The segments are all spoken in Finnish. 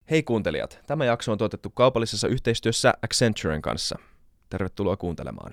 Hei kuuntelijat, tämä jakso on tuotettu kaupallisessa yhteistyössä Accenturen kanssa. Tervetuloa kuuntelemaan.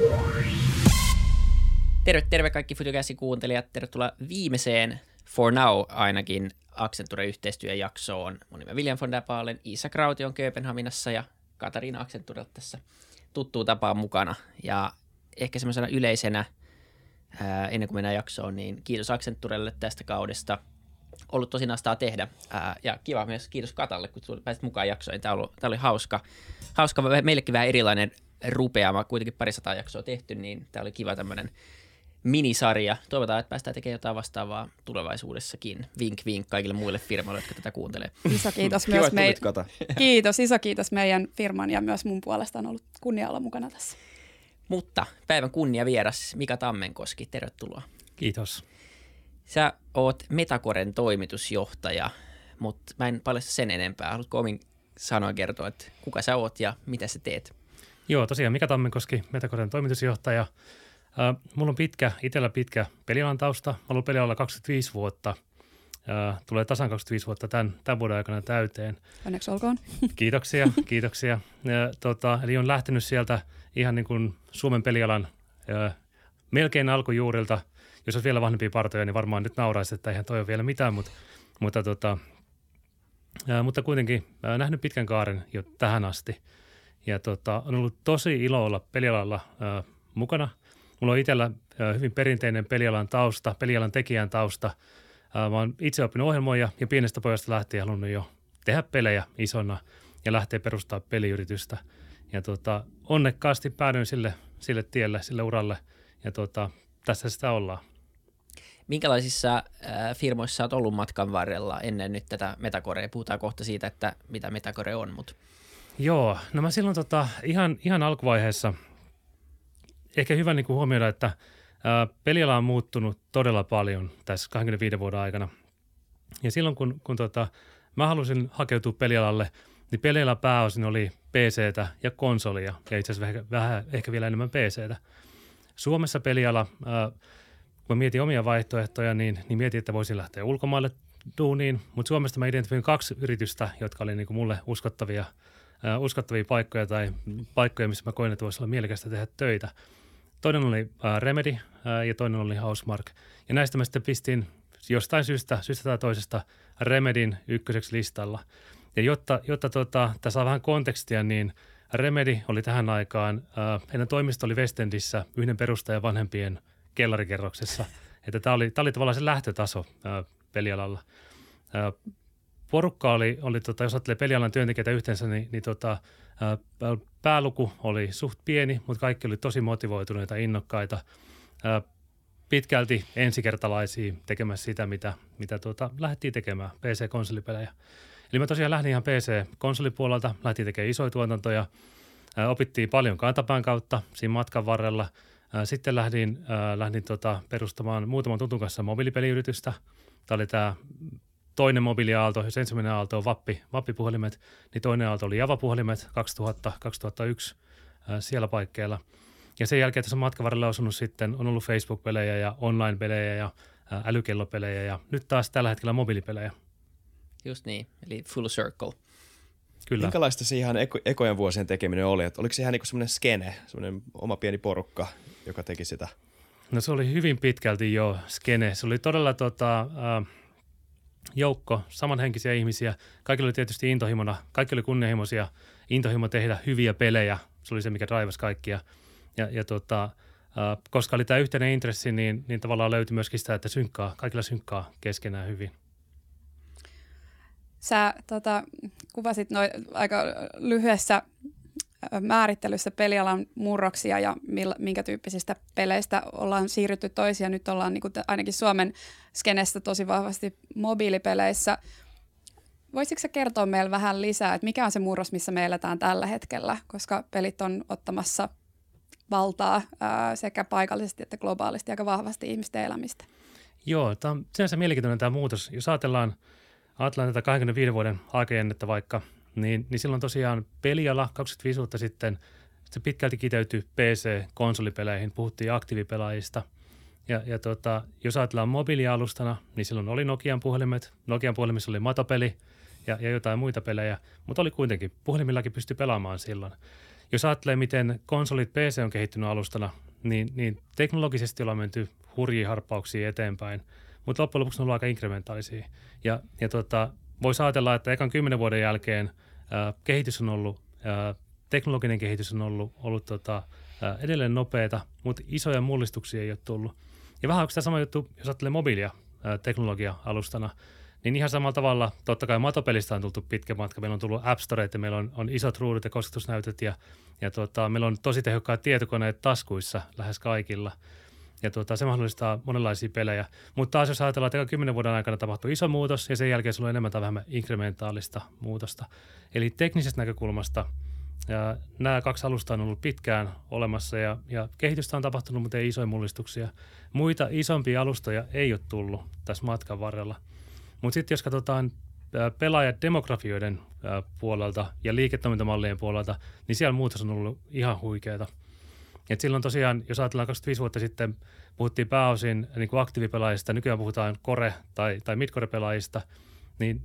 Terve kaikki Futucastin kuuntelijat. Tervetuloa viimeiseen, for now ainakin, Accenture-yhteistyöjaksoon. Mun nimi on William von der Baalen, Iisa Krauti on Kööpenhaminassa ja Katariina Accenturelta tässä tuttuun tapaan mukana. Ja ehkä semmoisena yleisenä, ennen kuin mennään jaksoon, niin kiitos Accenturelle tästä kaudesta. Ollut tosi nastaa tehdä. Ja kiva myös kiitos Katalle, kun pääsit mukaan jaksoon. Tämä oli hauska, meillekin vähän erilainen rupeama. Kuitenkin 200 jaksoa tehty, niin tämä oli kiva tämmöinen minisarja. Toivotaan, että päästään tekemään jotain vastaavaa tulevaisuudessakin. Vink vink kaikille muille firmoille, jotka tätä kuuntelee. Iso kiitos Kiva, myös Kata. kiitos meidän firman ja myös mun puolesta on ollut kunnia olla mukana tässä. Mutta päivän kunniavieras Mika Tammenkoski, tervetuloa. Kiitos. Sä oot Metacoren toimitusjohtaja, mutta mä en paljasta sen enempää. Haluatko omin sanoin kertoa, että kuka sä oot ja mitä sä teet? Joo, tosiaan Mika Tammenkoski, Metacoren toimitusjohtaja. Mulla on itsellä pitkä pelialan tausta. Mä oon ollut pelialalla 25 vuotta. Tulee tasan 25 vuotta tämän vuoden aikana täyteen. Onneksi olkoon. Kiitoksia. Eli on lähtenyt sieltä ihan niin kuin Suomen pelialan melkein alkujuurilta. Jos olisi vielä vanhempia partoja, niin varmaan nyt nauraisi, että eihän toi ole vielä mitään, mutta kuitenkin nähnyt pitkän kaaren jo tähän asti. Ja on ollut tosi ilo olla pelialalla mukana. Mulla on itsellä hyvin perinteinen pelialan tausta, pelialan tekijän tausta. Mä oon itse oppinut ohjelmoija ja pienestä pojasta lähtien halunnut jo tehdä pelejä isona ja lähteä perustamaan peliyritystä. Ja onnekkaasti päädyin sille tielle, sille uralle ja tässä sitä ollaan. Minkälaisissa firmoissa olet ollut matkan varrella ennen nyt tätä Metacorea? Puhutaan kohta siitä, että mitä Metacore on. Joo, no mä silloin ihan alkuvaiheessa ehkä hyvä niin kuin huomioida, että peliala on muuttunut todella paljon tässä 25 vuoden aikana. Ja silloin kun mä halusin hakeutua pelialalle, niin peliala pääosin oli PC:tä ja konsolia ja itse asiassa vähän ehkä vielä enemmän PC:tä. Suomessa peliala, kun mä mietin omia vaihtoehtoja, niin mietin, että voisin lähteä ulkomaille duuniin, mutta Suomesta mä identifioin 2 yritystä, jotka oli niin kuin mulle uskottavia paikkoja tai paikkoja, missä mä koin, että voisi olla mielekästä tehdä töitä. Toinen oli Remedy ja toinen oli Housemarque. Ja näistä mä sitten pistin jostain syystä tai toisesta Remedyn ykköseksi listalla. Ja jotta tässä saa vähän kontekstia, niin Remedy oli tähän aikaan, heidän toimisto oli Westendissä yhden perustajan vanhempien kellarikerroksessa. Että tämä oli tavallaan se lähtötaso pelialalla. Porukka oli jos ajattelee pelialan työntekijöitä yhteensä, niin pääluku oli suht pieni, mutta kaikki oli tosi motivoituneita, innokkaita, pitkälti ensikertalaisia tekemässä sitä, mitä lähdettiin tekemään, PC-konsolipelejä. Eli mä tosiaan lähdin ihan PC-konsolipuolelta, lähdettiin tekemään isoja tuotantoja, opittiin paljon kantapään kautta siinä matkan varrella. Sitten lähdin perustamaan muutaman tutun kanssa mobiilipeliyritystä. Tämä oli tämä toinen mobiiliaalto, jos ensimmäinen aalto on Vappi-puhelimet, niin toinen aalto oli Java-puhelimet 2000-2001 siellä paikkeilla. Ja sen jälkeen tässä matkan varrella on ollut Facebook-pelejä ja online-pelejä ja älykellopelejä ja nyt taas tällä hetkellä mobiilipelejä. Just niin, eli full circle. Kyllä. Minkälaista se ihan ekojen vuosien tekeminen oli? Oliko se ihan niin kuin semmoinen skene, semmoinen oma pieni porukka, joka teki sitä? No se oli hyvin pitkälti jo skene. Se oli todella joukko samanhenkisiä ihmisiä. Kaikilla oli tietysti intohimona, kaikki oli kunnianhimoisia, intohimo tehdä hyviä pelejä. Se oli se, mikä draivasi kaikkia. Koska oli tämä yhteinen intressi, niin tavallaan löytyi myöskin sitä, että kaikilla synkkaa keskenään hyvin. Sä kuvasit aika lyhyessä määrittelyssä pelialan murroksia ja minkä tyyppisistä peleistä ollaan siirrytty toisiin. Nyt ollaan niin kuin ainakin Suomen skenessä tosi vahvasti mobiilipeleissä. Voisitko sä kertoa meille vähän lisää, että mikä on se murros, missä me eletään tällä hetkellä, koska pelit on ottamassa valtaa sekä paikallisesti että globaalisti aika vahvasti ihmisten elämistä? Joo, tämä on sinänsä mielenkiintoinen tämä muutos. Jos ajatellaan tätä 25 vuoden aikajännettä vaikka, niin silloin tosiaan peliala 25 vuotta sitten se pitkälti kiteytyi PC-konsolipeleihin, puhuttiin aktiivipelaajista. Ja jos ajatellaan mobiilialustana, niin silloin oli Nokian puhelimet. Nokian puhelimissa oli matopeli ja jotain muita pelejä, mutta oli kuitenkin, puhelimillakin pystyi pelaamaan silloin. Jos ajattelee, miten konsolit PC on kehittynyt alustana, niin teknologisesti ollaan menty hurjia harppauksia eteenpäin, mutta loppujen lopuksi ne on ollut aika inkrementaalisia. Ja voisi ajatella, että ekan 10 vuoden jälkeen kehitys on ollut, teknologinen kehitys on ollut edelleen nopeata, mutta isoja mullistuksia ei ole tullut. Ja vähän onko tämä sama juttu, jos ajattelee mobiilia teknologia-alustana, niin ihan samalla tavalla, totta kai matopelistä on tultu pitkä matka. Meillä on tullut App Store, meillä on isot ruudut ja kosketusnäytöt ja meillä on tosi tehokkaat tietokoneet taskuissa lähes kaikilla. Ja se mahdollistaa monenlaisia pelejä. Mutta taas jos ajatellaan, että 10 vuoden aikana tapahtui iso muutos ja sen jälkeen sulla on enemmän tai vähemmän inkrementaalista muutosta. Eli teknisestä näkökulmasta nämä 2 alustaa on ollut pitkään olemassa ja kehitystä on tapahtunut, mutta ei isoja mullistuksia. Muita isompia alustoja ei ole tullut tässä matkan varrella. Mutta sitten jos katsotaan pelaajademografioiden puolelta ja liiketoimintamallien puolelta, niin siellä muutos on ollut ihan huikeata. Et silloin tosiaan, jos ajatellaan 25 vuotta sitten, puhuttiin pääosin niin kuin aktiivipelaajista, nykyään puhutaan core- tai midcore-pelaajista, niin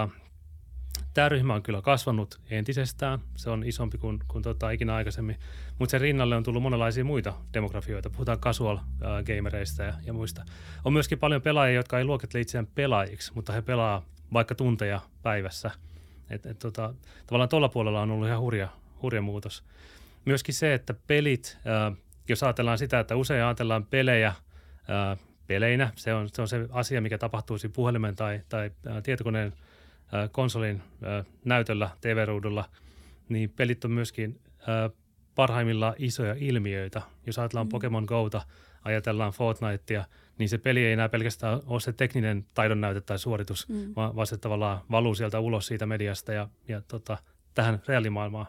tämä ryhmä on kyllä kasvanut entisestään. Se on isompi kuin ikinä aikaisemmin, mutta sen rinnalle on tullut monenlaisia muita demografioita. Puhutaan casual-gamereista ja muista. On myöskin paljon pelaajia, jotka ei luokittele itseään pelaajiksi, mutta he pelaa vaikka tunteja päivässä. Tavallaan tuolla puolella on ollut ihan hurja muutos. Myöskin se, että pelit, jos ajatellaan sitä, että usein ajatellaan pelejä peleinä, se on se asia, mikä tapahtuu siinä puhelimen tai tietokoneen konsolin näytöllä, TV-ruudulla, niin pelit on myöskin parhaimmillaan isoja ilmiöitä. Jos ajatellaan Pokemon Gota, ajatellaan Fortnitea, niin se peli ei enää pelkästään ole se tekninen taidon näyte tai suoritus, vaan se tavallaan valuu sieltä ulos siitä mediasta ja tähän reaalimaailmaan.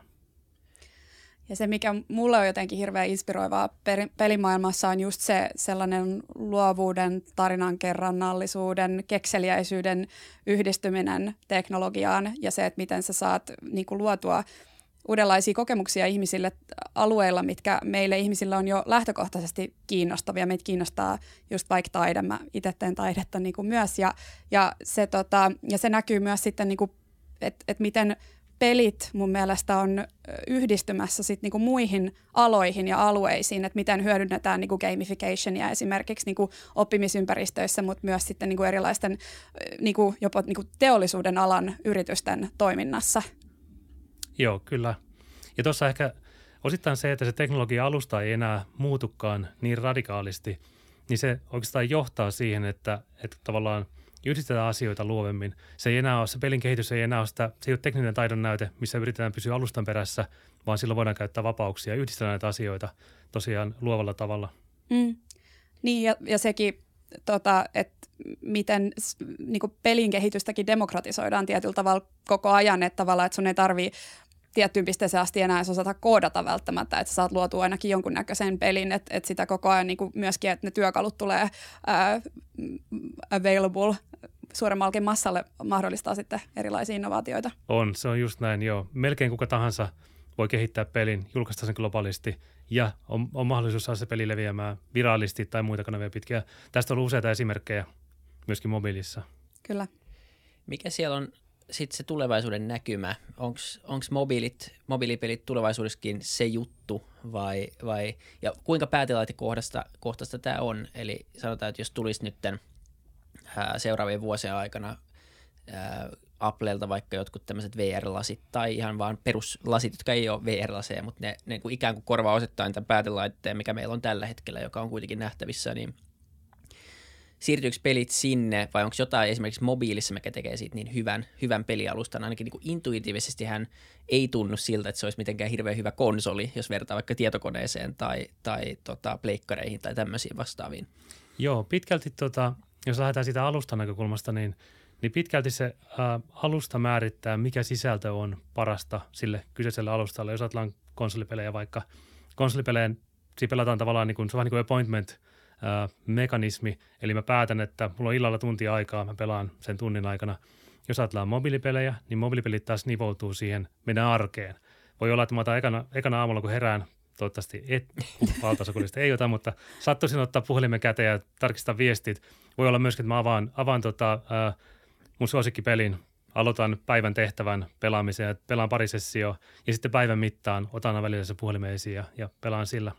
Ja se, mikä mulle on jotenkin hirveän inspiroivaa pelimaailmassa, on just se sellainen luovuuden, tarinankerronnallisuuden, kekseliäisyyden yhdistyminen teknologiaan ja se, että miten sä saat niin kuin luotua uudenlaisia kokemuksia ihmisille alueilla, mitkä meille ihmisillä on jo lähtökohtaisesti kiinnostavia. Meitä kiinnostaa just vaikka taide, mä itse teen taidetta niin kuin myös ja se näkyy myös sitten, niin kuin, että miten pelit mun mielestä on yhdistymässä sit niinku muihin aloihin ja alueisiin, että miten hyödynnetään niinku gamificationia esimerkiksi niinku oppimisympäristöissä, mutta myös sitten niinku erilaisten niinku jopa niinku teollisuuden alan yritysten toiminnassa. Joo, kyllä. Ja tuossa ehkä osittain se, että se teknologia-alusta ei enää muutukaan niin radikaalisti, niin se oikeastaan johtaa siihen, että tavallaan yhdistetään asioita luovemmin. Se ei enää ole, se pelin kehitys ei enää ole sitä, se ei ole tekninen taidon näyte, missä yritetään pysyä alustan perässä, vaan silloin voidaan käyttää vapauksia ja yhdistellä näitä asioita tosiaan luovalla tavalla. Niin ja sekin, että miten niin kuin pelin kehitystäkin demokratisoidaan tietyllä tavalla koko ajan, että tavallaan, että sun ei tarvitse tiettyyn pisteeseen asti enää osata koodata välttämättä, että sä saat luotua ainakin jonkunnäköisen pelin, että sitä koko ajan niin kuin myöskin, että ne työkalut tulee available suuremmallekin massalle, mahdollistaa sitten erilaisia innovaatioita. Se on just näin, joo. Melkein kuka tahansa voi kehittää pelin, julkaista sen globaalisti ja on mahdollisuus saada se peli leviämään viraalisti tai muita kanavia pitkiä. Tästä on ollut useita esimerkkejä myöskin mobiilissa. Kyllä. Mikä siellä on sitten se tulevaisuuden näkymä? Onko mobiilipelit tulevaisuudessakin se juttu vai ja kuinka päätelaitekohtaista tämä on? Eli sanotaan, että jos tulisi nyt seuraavien vuosien aikana Applelta vaikka jotkut tämmöiset VR-lasit tai ihan vaan peruslasit, jotka ei ole VR-laseja, mutta ne ikään kuin korvaa osittain tämän päätelaitteen, mikä meillä on tällä hetkellä, joka on kuitenkin nähtävissä, niin siirtyykö pelit sinne vai onko jotain esimerkiksi mobiilissa, mikä tekee siitä niin hyvän pelialustan? Ainakin niin kuin intuitiivisesti hän ei tunnu siltä, että se olisi mitenkään hirveän hyvä konsoli, jos vertaa vaikka tietokoneeseen tai pleikkareihin tai tämmöisiin vastaaviin. Joo, pitkälti jos lähdetään siitä alustan näkökulmasta, niin pitkälti se alusta määrittää, mikä sisältö on parasta sille kyseiselle alustalle. Jos ajatellaan konsolipelejä vaikka, konsolipelejä siinä pelataan tavallaan niin kuin, se on vähän niin kuin appointment-mekanismi, eli mä päätän, että mulla on illalla tunti aikaa, mä pelaan sen tunnin aikana. Jos ajatellaan mobiilipelejä, niin mobiilipelit taas nivoutuu siihen meidän arkeen. Voi olla, että mä otan ekana aamulla, kun herään, toivottavasti valtaosakunnista ei ota, mutta sattuisin ottaa puhelimen käteen ja tarkistaa viestit. Voi olla myöskin, että mä avaan mun suosikkipelin aloitan päivän tehtävän pelaamisen ja pelaan pari sessioa ja sitten päivän mittaan otan aina välillä se puhelimen esiin ja pelaan sillä.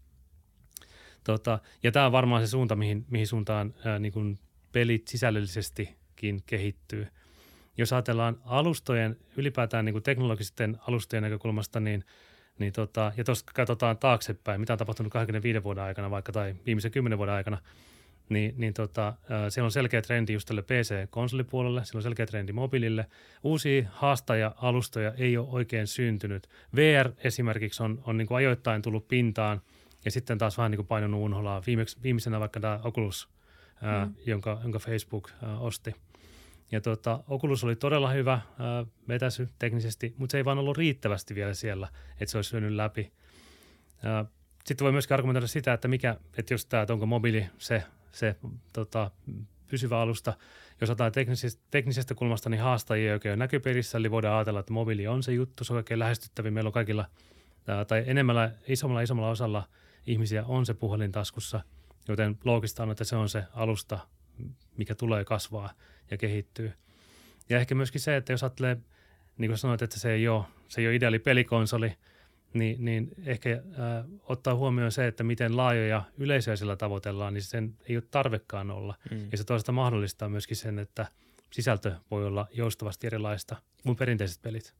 Ja tämä on varmaan se suunta, mihin suuntaan niin kuin pelit sisällöllisestikin kehittyy. Jos ajatellaan alustojen, ylipäätään niin kuin teknologisten alustojen näkökulmasta, ja tuossa katsotaan taaksepäin, mitä on tapahtunut 25 vuoden aikana vaikka tai viimeisen 10 vuoden aikana, siellä on selkeä trendi just tälle PC-konsolipuolelle, siellä on selkeä trendi mobiilille. Uusia haastaja-alustoja ei ole oikein syntynyt. VR esimerkiksi on niin kuin ajoittain tullut pintaan ja sitten taas vähän niin kuin painunut unholaa. Viimeisenä vaikka tämä Oculus, jonka Facebook osti. Ja Oculus oli todella hyvä vetäsy teknisesti, mutta se ei vaan ollut riittävästi vielä siellä, että se olisi syönyt läpi. Sitten voi myöskin argumentoida sitä, että jos tämä, onko mobiili se pysyvä alusta, jos otetaan teknisestä kulmasta, niin haastajia ei oikein näkyperissä, eli voidaan ajatella, että mobiili on se juttu, se on oikein lähestyttävin. Meillä on kaikilla, tai isommalla osalla ihmisiä on se puhelin taskussa, joten loogista on, että se on se alusta, mikä tulee kasvaa ja kehittyy. Ja ehkä myöskin se, että jos ajattelee, niin kuin sanoit, että se ei ole ideaali pelikonsoli, niin ehkä ottaa huomioon se, että miten laajoja yleisöjä sillä tavoitellaan, niin sen ei ole tarvekaan olla. Ja se toisaalta mahdollistaa myöskin sen, että sisältö voi olla joustavasti erilaista kuin perinteiset pelit.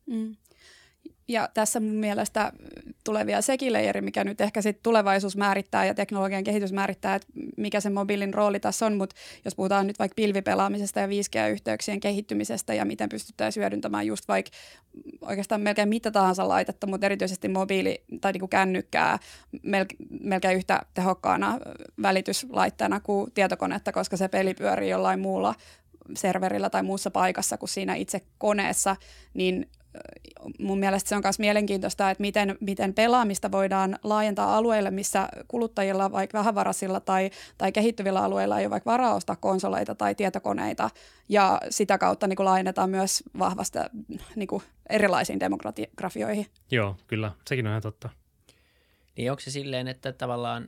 Ja tässä mun mielestä tulee vielä sekin leijeri, mikä nyt ehkä sitten tulevaisuus määrittää ja teknologian kehitys määrittää, että mikä se mobiilin rooli tässä on, mutta jos puhutaan nyt vaikka pilvipelaamisesta ja 5G-yhteyksien kehittymisestä ja miten pystyttäisiin hyödyntämään just vaikka oikeastaan melkein mitä tahansa laitetta, mutta erityisesti mobiili- tai niinku kännykkää melkein yhtä tehokkaana välityslaitteena kuin tietokonetta, koska se peli pyörii jollain muulla serverillä tai muussa paikassa kuin siinä itse koneessa, niin mun mielestä se on myös mielenkiintoista, että miten pelaamista voidaan laajentaa alueille, missä kuluttajilla vaikka vähävaraisilla tai kehittyvillä alueilla ei ole vaikka varaa ostaa konsoleita tai tietokoneita, ja sitä kautta niin kuin laajennetaan myös vahvasti niin kuin erilaisiin demografioihin. Joo, kyllä. Sekin on ihan totta. Niin onko se silleen, että tavallaan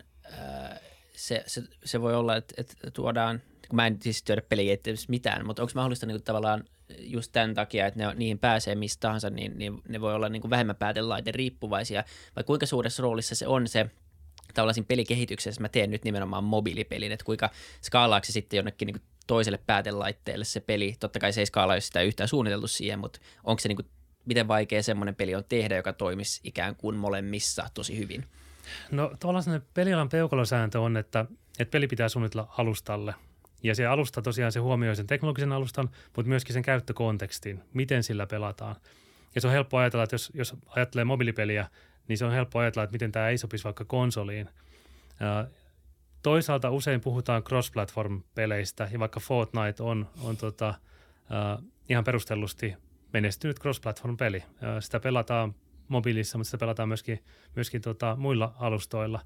se voi olla, että tuodaan, kun mä en siis työdä pelikehittämisessä mitään, mutta onko mahdollista niin kuin tavallaan just tämän takia, että niihin pääsee mistä tahansa, niin ne voi olla niin kuin vähemmän päätelaite riippuvaisia, vai kuinka suuressa roolissa se on se tavallaan siinä pelikehityksessä, mä teen nyt nimenomaan mobiilipelin, että kuinka skaalaako se sitten jonnekin niin kuin toiselle päätelaitteelle se peli, totta kai se ei skaalaa, jos sitä ei yhtään suunniteltu siihen, mutta onko se niin kuin, miten vaikea semmoinen peli on tehdä, joka toimisi ikään kuin molemmissa tosi hyvin? No tavallaan sellainen pelialan peukalosääntö on, että peli pitää suunnitella alustalle. Ja se alusta tosiaan se huomioi sen teknologisen alustan, mutta myöskin sen käyttökontekstin, miten sillä pelataan. Ja se on helppo ajatella, että jos ajattelee mobiilipeliä, niin se on helppo ajatella, että miten tämä ei sopisi vaikka konsoliin. Toisaalta usein puhutaan cross-platform-peleistä, ja vaikka Fortnite on ihan perustellusti menestynyt cross-platform-peli. Sitä pelataan mobiilissa, mutta sitä pelataan myöskin muilla alustoilla.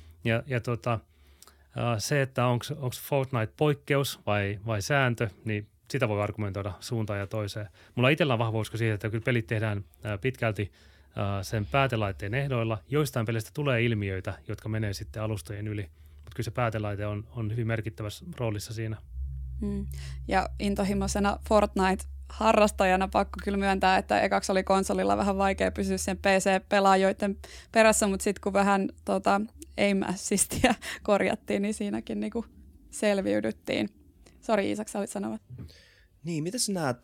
Se, että onko Fortnite poikkeus vai sääntö, niin sitä voi argumentoida suuntaan ja toiseen. Mulla itsellä on vahva usko siihen, että kyllä pelit tehdään pitkälti sen päätelaitteen ehdoilla. Joistain pelistä tulee ilmiöitä, jotka menee sitten alustojen yli, mutta kyllä se päätelaite on hyvin merkittävässä roolissa siinä. Ja intohimoisena Fortnite-harrastajana pakko kyllä myöntää, että ekaksi oli konsolilla vähän vaikea pysyä sen PC-pelaajoiden perässä, mutta sitten kun vähän aim-assistia korjattiin, niin siinäkin niinku selviydyttiin. Sori Iisak, sä olit sanovat. Niin, mitä sä näet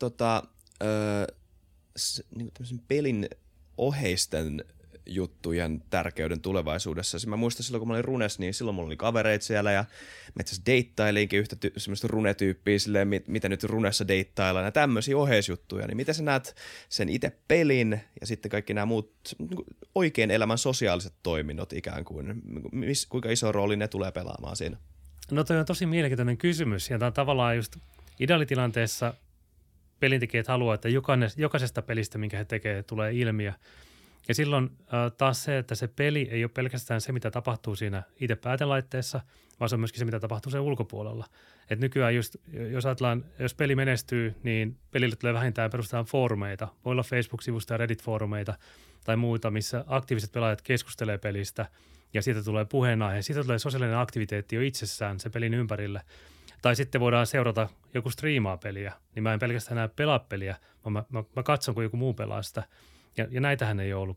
niinku tämmöisen pelin oheisten juttujen tärkeyden tulevaisuudessa? Mä muistan silloin, kun mä olin runes, niin silloin mulla oli kavereita siellä ja mä itse asiassa deittailinkin yhtä semmoista runetyyppiä silleen, mitä nyt runessa deittaillaan ja tämmöisiä oheisjuttuja. Niin miten sä näet sen itse pelin ja sitten kaikki nämä muut oikein elämän sosiaaliset toiminnot ikään kuin? Kuinka iso rooli ne tulee pelaamaan siinä? No toi on tosi mielenkiintoinen kysymys ja tämä on tavallaan just ideaalitilanteessa pelintekijät haluaa, että jokaisesta pelistä, minkä he tekevät, tulee ilmiö. Ja silloin taas se, että se peli ei ole pelkästään se, mitä tapahtuu siinä itse päätelaitteessa, vaan se on myöskin se, mitä tapahtuu sen ulkopuolella. Et nykyään just, jos ajatellaan, jos peli menestyy, niin pelille tulee vähintään perustetaan foorumeita. Voi olla Facebook-sivusta ja Reddit-foorumeita tai muita, missä aktiiviset pelaajat keskustelee pelistä ja siitä tulee puheenaihe. Siitä tulee sosiaalinen aktiviteetti jo itsessään sen pelin ympärille. Tai sitten voidaan seurata joku striimaa peliä, niin mä en pelkästään enää pelaa peliä, vaan mä katson, kun joku muu pelaa sitä. Ja näitähän ei ole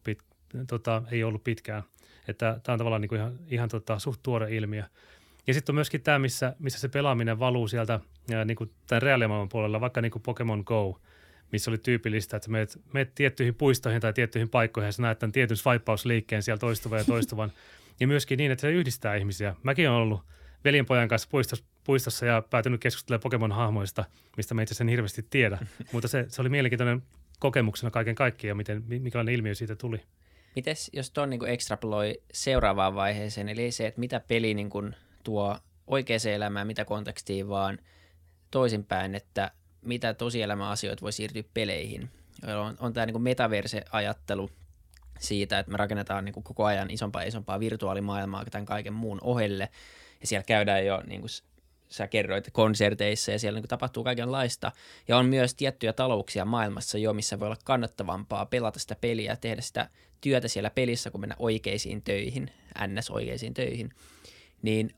ollut pitkään. Että tämä on tavallaan niin kuin ihan suht tuore ilmiö. Ja sitten on myöskin tämä, missä se pelaaminen valuu sieltä niin kuin tämän reaalimaailman puolella, vaikka niin kuin Pokemon Go, missä oli tyypillistä, että menet tiettyihin puistoihin tai tiettyihin paikkoihin ja sä näet tämän tietyn swipeausliikkeen siellä toistuvan. Ja myöskin niin, että se yhdistää ihmisiä. Mäkin olen ollut veljenpojan kanssa puistossa ja päätynyt keskustelemaan Pokemon-hahmoista, mistä mä itse asiassa en hirveästi tiedä. Mutta se oli mielenkiintoinen kokemuksena kaiken kaikkiaan, minkälainen ilmiö siitä tuli. Mites, jos tuon niin ekstrapoloi seuraavaan vaiheeseen, eli se, että mitä peli niin kuin tuo oikeaan elämään, mitä kontekstiin, vaan toisinpäin, että mitä tosielämän asioita voi siirtyä peleihin. On tämä niin kuin metaverse-ajattelu siitä, että me rakennetaan niin kuin koko ajan isompaa ja isompaa virtuaalimaailmaa tämän kaiken muun ohelle, ja siellä käydään jo, niin kuin sä kerroit, konserteissa, ja siellä niin kuin tapahtuu kaikenlaista, ja on myös tiettyjä talouksia maailmassa jo, missä voi olla kannattavampaa pelata sitä peliä ja tehdä sitä työtä siellä pelissä, kun mennä oikeisiin töihin, NS-oikeisiin töihin, niin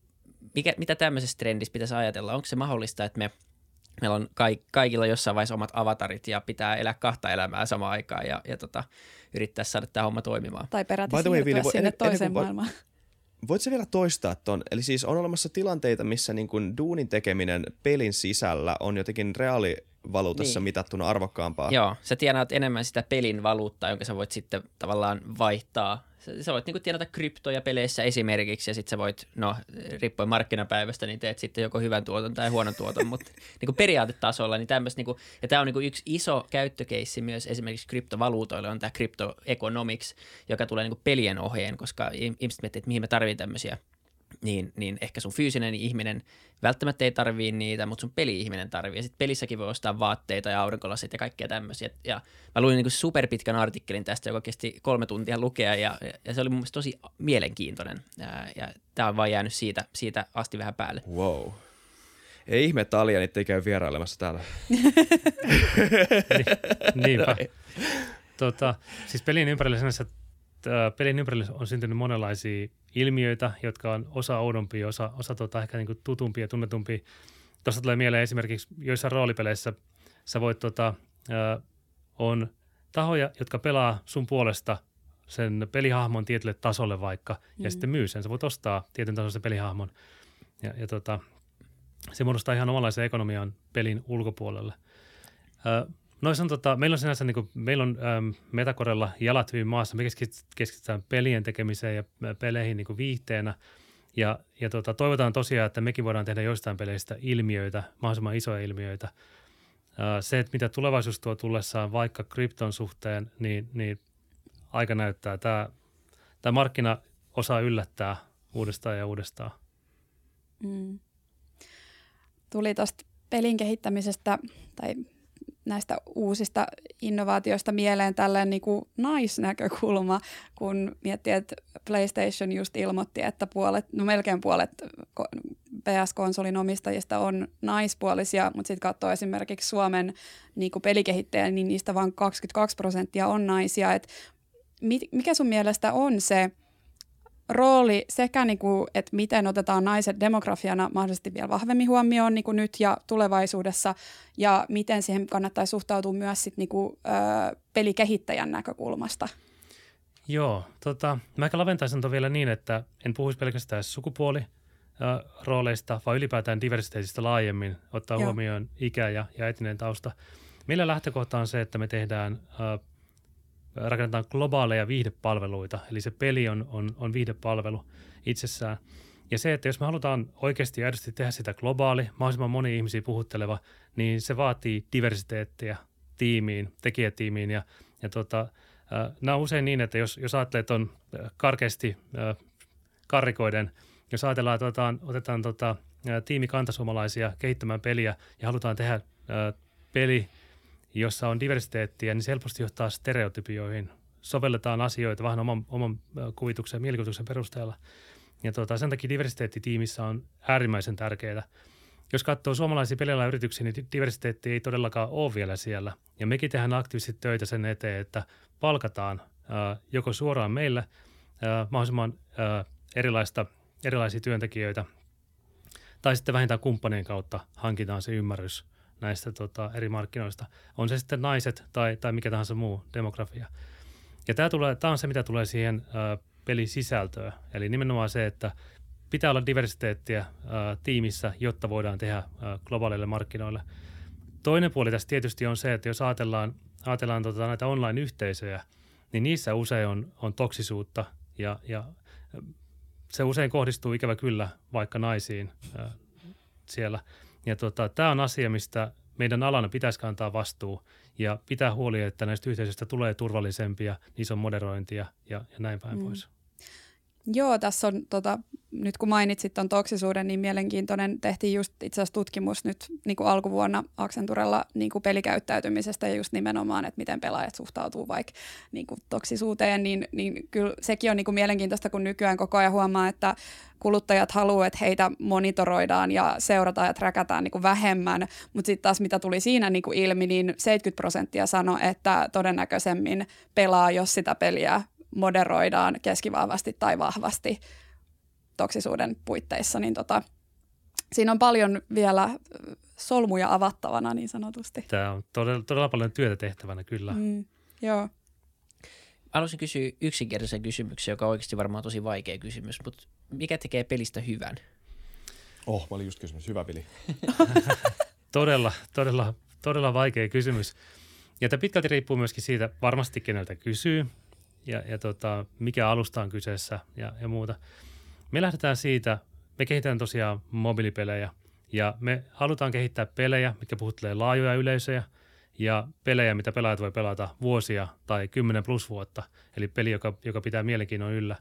mitä tämmöisessä trendissä pitäisi ajatella? Onko se mahdollista, että meillä on kaikilla jossain vaiheessa omat avatarit ja pitää elää kahta elämää samaan aikaan ja yrittää saada tämä homma toimimaan? Tai peräti siirtyä sinne toiseen maailmaan. Voitko vielä toistaa ton? Eli siis on olemassa tilanteita, missä niin kuin duunin tekeminen pelin sisällä on jotenkin reaalivaluutassa mitattuna arvokkaampaa. Joo, sä tienaat enemmän sitä pelin valuuttaa, jonka sä voit sitten tavallaan vaihtaa. Sä voit niinku tienata kryptoja peleissä esimerkiksi, ja sitten sä voit, riippuen markkinapäivästä, niin teet sitten joko hyvän tuoton tai huonon tuoton, mutta niinku periaatetasolla, niin tämmöistä, niinku, ja tämä on niinku yksi iso käyttökeissi myös esimerkiksi kryptovaluutoille, on tämä crypto economics, joka tulee niinku pelien ohjeen, koska ihmiset miettii, että mihin me tarvitaan tämmöisiä, niin ehkä sun fyysinen ihminen välttämättä ei tarvii niitä, mutta sun peli-ihminen tarvii. Ja sitten pelissäkin voi ostaa vaatteita ja aurinkolasit ja kaikkea tämmöisiä. Ja mä luin niin kuin superpitkän artikkelin tästä, joka kesti 3 tuntia lukea, ja se oli mun mielestä tosi mielenkiintoinen. Ja tää on vaan jäänyt siitä asti vähän päälle. Wow. Ei ihme, että Alienit ei käy vierailemassa täällä. Niinpä. Siis pelin ympärille on syntynyt monenlaisia ilmiöitä, jotka on osa oudompia, osa ehkä niin kuin tutumpia ja tunnetumpia. Tuosta tulee mieleen esimerkiksi joissain roolipeleissä sä voit, on tahoja, jotka pelaa sun puolesta sen pelihahmon tietylle tasolle vaikka, ja sitten myy sen. Sä voit ostaa tietyn tasoisen pelihahmon, ja se muodostaa ihan omanlaisen ekonomian pelin ulkopuolelle. Meillä on sinänsä meillä on Metacorella jalat hyvin maassa. Me keskitytään pelien tekemiseen ja peleihin niin kuin viihteenä. Ja toivotaan tosiaan, että mekin voidaan tehdä joistain peleistä ilmiöitä, mahdollisimman isoja ilmiöitä. Se, että mitä tulevaisuus tuo tullessaan vaikka krypton suhteen, niin aika näyttää. Tämä markkina osaa yllättää uudestaan ja uudestaan. Tuli tuosta pelin kehittämisestä tai näistä uusista innovaatioista mieleen tällainen niin kuin naisnäkökulma, kun miettii, että PlayStation just ilmoitti, että melkein puolet PS-konsolin omistajista on naispuolisia, mutta sitten katsoo esimerkiksi Suomen niin kuin pelikehittäjä, niin niistä vain 22% on naisia. Et mikä sun mielestä on se rooli sekä, niin kuin, että miten otetaan naiset demografiana mahdollisesti vielä vahvemmin huomioon niin kuin nyt ja tulevaisuudessa, ja miten siihen kannattaisi suhtautua myös sit, niin kuin, pelikehittäjän näkökulmasta? Joo, mä ehkä laventaisin ton vielä niin, että en puhuisi pelkästään sukupuolirooleista, vaan ylipäätään diversiteetistä laajemmin, ottaa huomioon ikä ja etninen tausta. Meillä lähtökohta on se, että me rakennetaan globaaleja viihdepalveluita, eli se peli on viihdepalvelu itsessään. Ja se, että jos me halutaan oikeasti ja aidosti tehdä sitä globaali, mahdollisimman moni ihmisiä puhutteleva, niin se vaatii diversiteettiä tiimiin, tekijätiimiin. Ja nämä on usein niin, että jos ajattelee, että on karkeasti karrikoiden, jos ajatellaan, että otetaan tiimi kantasuomalaisia kehittämään peliä ja halutaan tehdä peli, jossa on diversiteettiä, niin se helposti johtaa stereotypioihin. Sovelletaan asioita vähän oman kuvituksen ja mielikuvituksen perusteella. Ja sen takia diversiteettitiimissä on äärimmäisen tärkeää. Jos katsoo suomalaisia pelialayrityksiä, niin diversiteetti ei todellakaan ole vielä siellä. Ja mekin tehdään aktiivisesti töitä sen eteen, että palkataan joko suoraan meille mahdollisimman erilaisia työntekijöitä tai sitten vähintään kumppanien kautta hankitaan se ymmärrys näistä eri markkinoista. On se sitten naiset tai mikä tahansa muu demografia. Ja tämä on se, mitä tulee siihen pelisisältöön. Eli nimenomaan se, että pitää olla diversiteettiä tiimissä, jotta voidaan tehdä globaaleille markkinoille. Toinen puoli tässä tietysti on se, että jos ajatellaan näitä online-yhteisöjä, niin niissä usein on toksisuutta ja se usein kohdistuu ikävä kyllä vaikka naisiin siellä. Ja tämä on asia, mistä meidän alana pitäisi kantaa vastuu ja pitää huoli, että näistä yhteisöistä tulee turvallisempia, niissä on moderointia ja näin päin pois. Joo, tässä on, nyt kun mainitsit tuon toksisuuden, niin mielenkiintoinen. Tehtiin just itse asiassa tutkimus nyt niin kuin alkuvuonna Accenturella niin kuin pelikäyttäytymisestä ja just nimenomaan, että miten pelaajat suhtautuu vaikka niin kuin toksisuuteen, niin kyllä sekin on niin kuin mielenkiintoista, kun nykyään koko ajan huomaa, että kuluttajat haluaa, että heitä monitoroidaan ja seurataan ja trackataan niin kuin vähemmän, mutta sitten taas mitä tuli siinä niin kuin ilmi, niin 70% sanoi, että todennäköisemmin pelaa, jos sitä peliä moderoidaan keskivahvasti tai vahvasti toksisuuden puitteissa, niin siinä on paljon vielä solmuja avattavana niin sanotusti. Tämä on todella paljon työtä tehtävänä kyllä. Joo. Haluaisin kysyä yksinkertaisen kysymyksen, joka on oikeasti varmaan tosi vaikea kysymys, mutta mikä tekee pelistä hyvän? Mä olin just kysymys. Hyvä peli. Todella vaikea kysymys. Ja tämä pitkälti riippuu myöskin siitä varmasti keneltä kysyy ja mikä alusta on kyseessä ja muuta. Me lähdetään siitä, me kehitetään tosiaan mobiilipelejä ja me halutaan kehittää pelejä, mitkä puhuttelee laajoja yleisöjä ja pelejä, mitä pelaajat voi pelata vuosia tai 10+ vuotta. Eli peli, joka pitää mielenkiinnon yllä.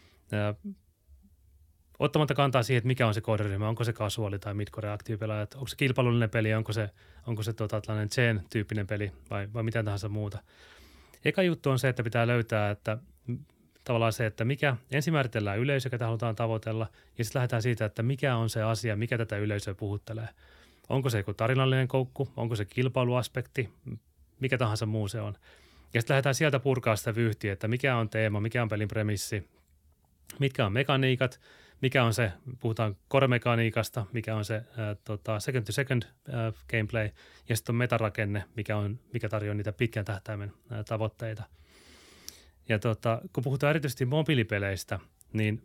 Ottamatta kantaa siihen, että mikä on se kohderyhmä, onko se casuali tai midcore aktiivipelaajat, onko se kilpailullinen peli, onko se tällainen chain-tyyppinen peli vai mitä tahansa muuta. Eka juttu on se, että pitää löytää, että tavallaan se, että ensin määritellään yleisö, jota halutaan tavoitella, ja sitten lähdetään siitä, että mikä on se asia, mikä tätä yleisöä puhuttelee. Onko se joku tarinallinen koukku, onko se kilpailuaspekti, mikä tahansa muu se on. Ja sitten lähdetään sieltä purkaa sitä vyyhtiä, että mikä on teema, mikä on pelin premissi, mitkä on mekaniikat, mikä on se, puhutaan core-mekaniikasta, mikä on se second-to-second gameplay, ja sitten on metarakenne, mikä tarjoaa niitä pitkän tähtäimen tavoitteita. Ja kun puhutaan erityisesti mobiilipeleistä, niin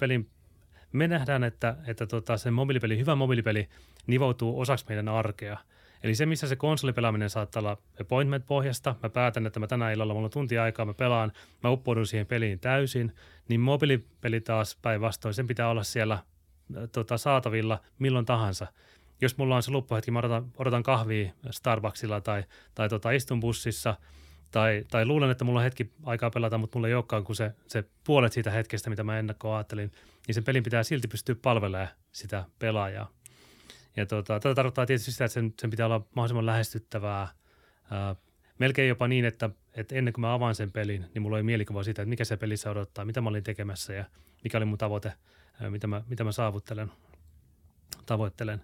me nähdään, että se hyvä mobiilipeli nivoutuu osaksi meidän arkea. Eli se, missä se konsolipelaaminen saattaa olla appointment-pohjasta, mä päätän, että mä tänä illalla, mulla on tunti aikaa, mä pelaan, mä uppoudun siihen peliin täysin, niin mobiilipeli taas päinvastoin, sen pitää olla siellä saatavilla milloin tahansa. Jos mulla on se loppuhetki, mä odotan kahvia Starbucksilla tai istun bussissa, tai luulen, että mulla on hetki aikaa pelata, mutta mulla ei olekaan kuin se puolet siitä hetkestä, mitä mä ennakkoon ajattelin, niin sen pelin pitää silti pystyä palvelemaan sitä pelaajaa. Ja tätä tarkoittaa tietysti sitä, että sen pitää olla mahdollisimman lähestyttävää, melkein jopa niin, että ennen kuin mä avaan sen pelin, niin mulla on mielikuva siitä, että mikä se pelissä odottaa, mitä mä olin tekemässä ja mikä oli mun tavoite, mitä mä tavoittelen.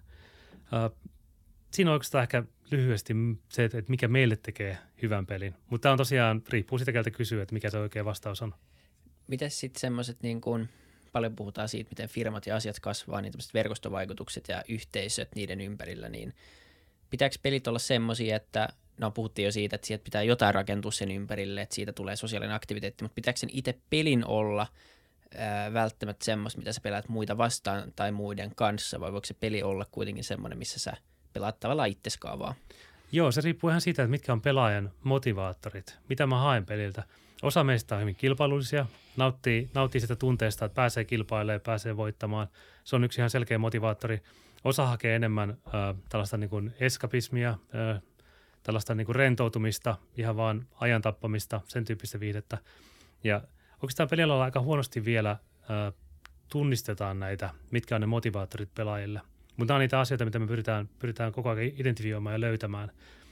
Siinä on oikeastaan ehkä lyhyesti se, että mikä meille tekee hyvän pelin. Mutta tämä on tosiaan, riippuu siitä, keltä kysyy, että mikä se oikea vastaus on. Mites sitten semmoiset, niin kuin paljon puhutaan siitä, miten firmat ja asiat kasvaa, niin tämmöiset verkostovaikutukset ja yhteisöt niiden ympärillä, niin pitääkö pelit olla semmoisia, että puhuttiin jo siitä, että sieltä pitää jotain rakentua sen ympärille, että siitä tulee sosiaalinen aktiviteetti, mutta pitääkö sen itse pelin olla välttämättä semmoista, mitä sä pelaat muita vastaan tai muiden kanssa, vai voiko se peli olla kuitenkin semmoinen, missä sä pelaat tavallaan itseskaavaa? Joo, se riippuu ihan siitä, että mitkä on pelaajan motivaattorit, mitä mä haen peliltä. Osa meistä on hyvin kilpailullisia, nauttii sitä tunteesta, että pääsee kilpailemaan, pääsee voittamaan. Se on yksi ihan selkeä motivaattori. Osa hakee enemmän tällaista niin kuin eskapismia, tällaista niin kuin rentoutumista, ihan vaan ajan tappamista, sen tyyppistä viihdettä. Ja oikeastaan pelillä aika huonosti vielä tunnistetaan näitä, mitkä on ne motivaattorit pelaajille. Mutta nämä on niitä asioita, mitä me pyritään koko ajan identifioimaan ja löytämään.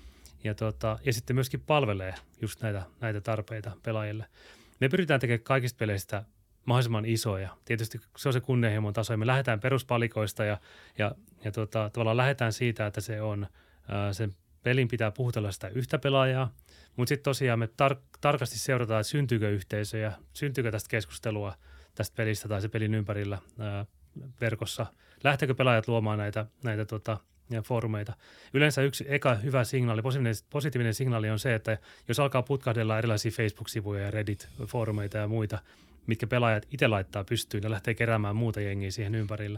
Ja sitten myöskin palvelee just näitä tarpeita pelaajille. Me pyritään tekemään kaikista peleistä mahdollisimman isoja. Tietysti se on se kunnianhimon taso. Me lähdetään peruspalikoista ja tavallaan lähdetään siitä, että se on sen pelin pitää puhutella sitä yhtä pelaajaa. Mutta sitten tosiaan me tarkasti seurataan, että syntyykö yhteisöjä, syntyykö tästä keskustelua tästä pelistä tai se pelin ympärillä verkossa lähteekö pelaajat luomaan näitä foorumeita. Yleensä yksi eka hyvä signaali, positiivinen signaali on se, että jos alkaa putkahdella erilaisia Facebook-sivuja ja Reddit-foorumeita ja muita, mitkä pelaajat itse laittaa pystyyn ja lähtee keräämään muuta jengiä siihen ympärille.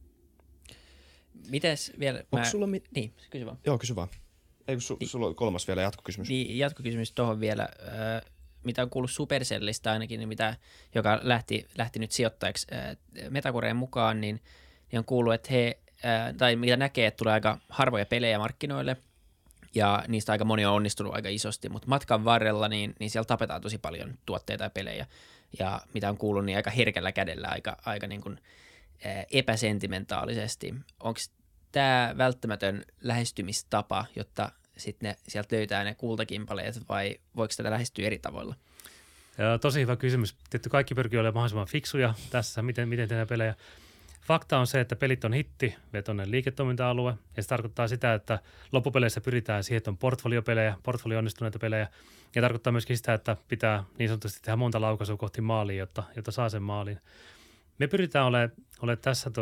Mites vielä? Onko sulla Niin, kysy vaan. Joo, kysy vaan. Ei, kun sulla on kolmas vielä jatkokysymys. Niin, jatkokysymys tuohon vielä. Mitä on kuullut Supercellista ainakin, niin joka lähti nyt sijoittajaksi Metacoreen mukaan, niin on kuullut, että tai mitä näkee, että tulee aika harvoja pelejä markkinoille, ja niistä aika moni on onnistunut aika isosti, mutta matkan varrella niin siellä tapetaan tosi paljon tuotteita ja pelejä, ja mitä on kuullut, niin aika herkällä kädellä, aika niin kuin epäsentimentaalisesti. Onko tämä välttämätön lähestymistapa, jotta sitten ne sieltä löytää ne kultakimpaleet, vai voiko tätä lähestyä eri tavoilla? Tosi hyvä kysymys. Tietysti kaikki pyrkii olemaan mahdollisimman fiksuja tässä, miten tehdään pelejä. Fakta on se, että pelit on hittivetoinen liiketoiminta-alue, ja se tarkoittaa sitä, että loppupeleissä pyritään siihen, että on portfolio-onnistuneita pelejä, ja tarkoittaa myöskin sitä, että pitää niin sanotusti tehdä monta laukaisua kohti maaliin, jotta saa sen maalin. Me pyritään olemaan tässä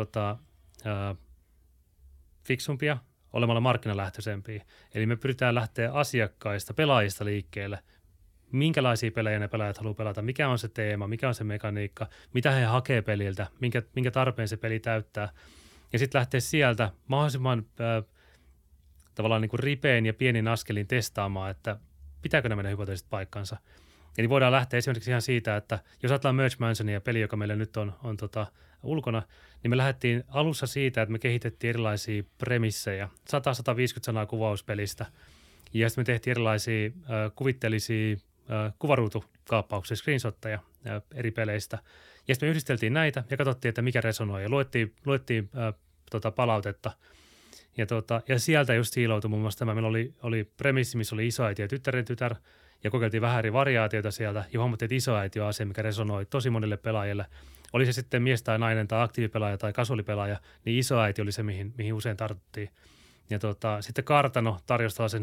fiksumpia, olemalla markkinalähtöisempiä. Eli me pyritään lähteä asiakkaista, pelaajista liikkeelle. Minkälaisia pelejä ne pelaajat haluaa pelata, mikä on se teema, mikä on se mekaniikka, mitä he hakee peliltä, minkä tarpeen se peli täyttää. Ja sitten lähteä sieltä mahdollisimman tavallaan niin kuin ripein ja pienin askelin testaamaan, että pitääkö ne mennä hypoteesit paikkansa. Eli voidaan lähteä esimerkiksi ihan siitä, että jos ajatellaan Merge Mansionia peli, joka meillä nyt on ulkona, niin me lähdettiin alussa siitä, että me kehitettiin erilaisia premissejä, 100-150 sanaa kuvauspelistä, ja sitten me tehtiin erilaisia kuvitteellisia kuvaruutukaappauksia, screenshotteja eri peleistä. Ja sitten me yhdisteltiin näitä ja katsottiin, että mikä resonoi, ja luettiin palautetta. Ja sieltä just siiloutui muun muassa tämä. Meillä oli premissi, missä oli isoäiti ja tyttären tytär, ja kokeiltiin vähän eri variaatioita sieltä, ja huomattiin, että isoäiti on asia, mikä resonoi tosi monille pelaajille. Oli se sitten mies tai nainen tai aktiivipelaaja tai kasuaalipelaaja, niin isoäiti oli se, mihin usein tartuttiin. Ja sitten kartano tarjosi tällaisen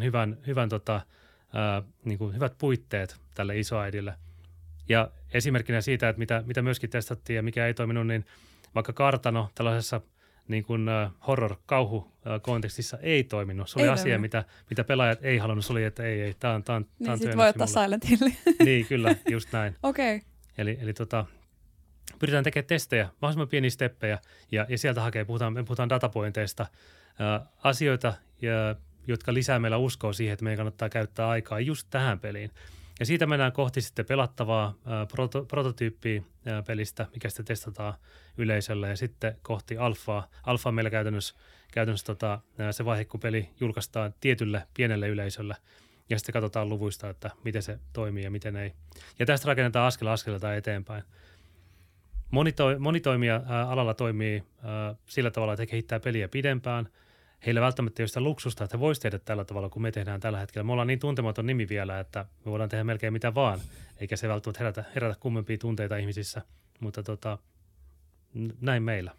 niin kuin hyvät puitteet tälle isoäidille. Ja esimerkkinä siitä, että mitä myöskin testattiin ja mikä ei toiminut, niin vaikka kartano tällaisessa niin kuin horror-kauhu-kontekstissa ei toiminut. Se oli asia, mitä pelaajat ei halunnut. Se oli, että ei, tämä on niin sitten voi ottaa Silent Hill. Niin, kyllä, just näin. Okei. Okay. Eli pyritään tekemään testejä, mahdollisimman pieniä steppejä, ja sieltä me puhutaan datapointeista, asioita, jotka lisää meillä uskoa siihen, että meidän kannattaa käyttää aikaa just tähän peliin. Ja siitä mennään kohti sitten pelattavaa prototyyppiä pelistä, mikä sitten testataan yleisöllä, ja sitten kohti alfaa. Alfa on meillä käytännössä se vaihe, kun peli julkaistaan tietylle pienelle yleisölle, ja sitten katsotaan luvuista, että miten se toimii ja miten ei. Ja tästä rakennetaan askelta eteenpäin. Moni toimija alalla toimii sillä tavalla, että he kehittää peliä pidempään. Heillä välttämättä ei ole sitä luksusta, että he voisivat tehdä tällä tavalla, kuin me tehdään tällä hetkellä. Me ollaan niin tuntematon nimi vielä, että me voidaan tehdä melkein mitä vaan, eikä se välttämättä herätä kummempia tunteita ihmisissä, mutta näin meillä.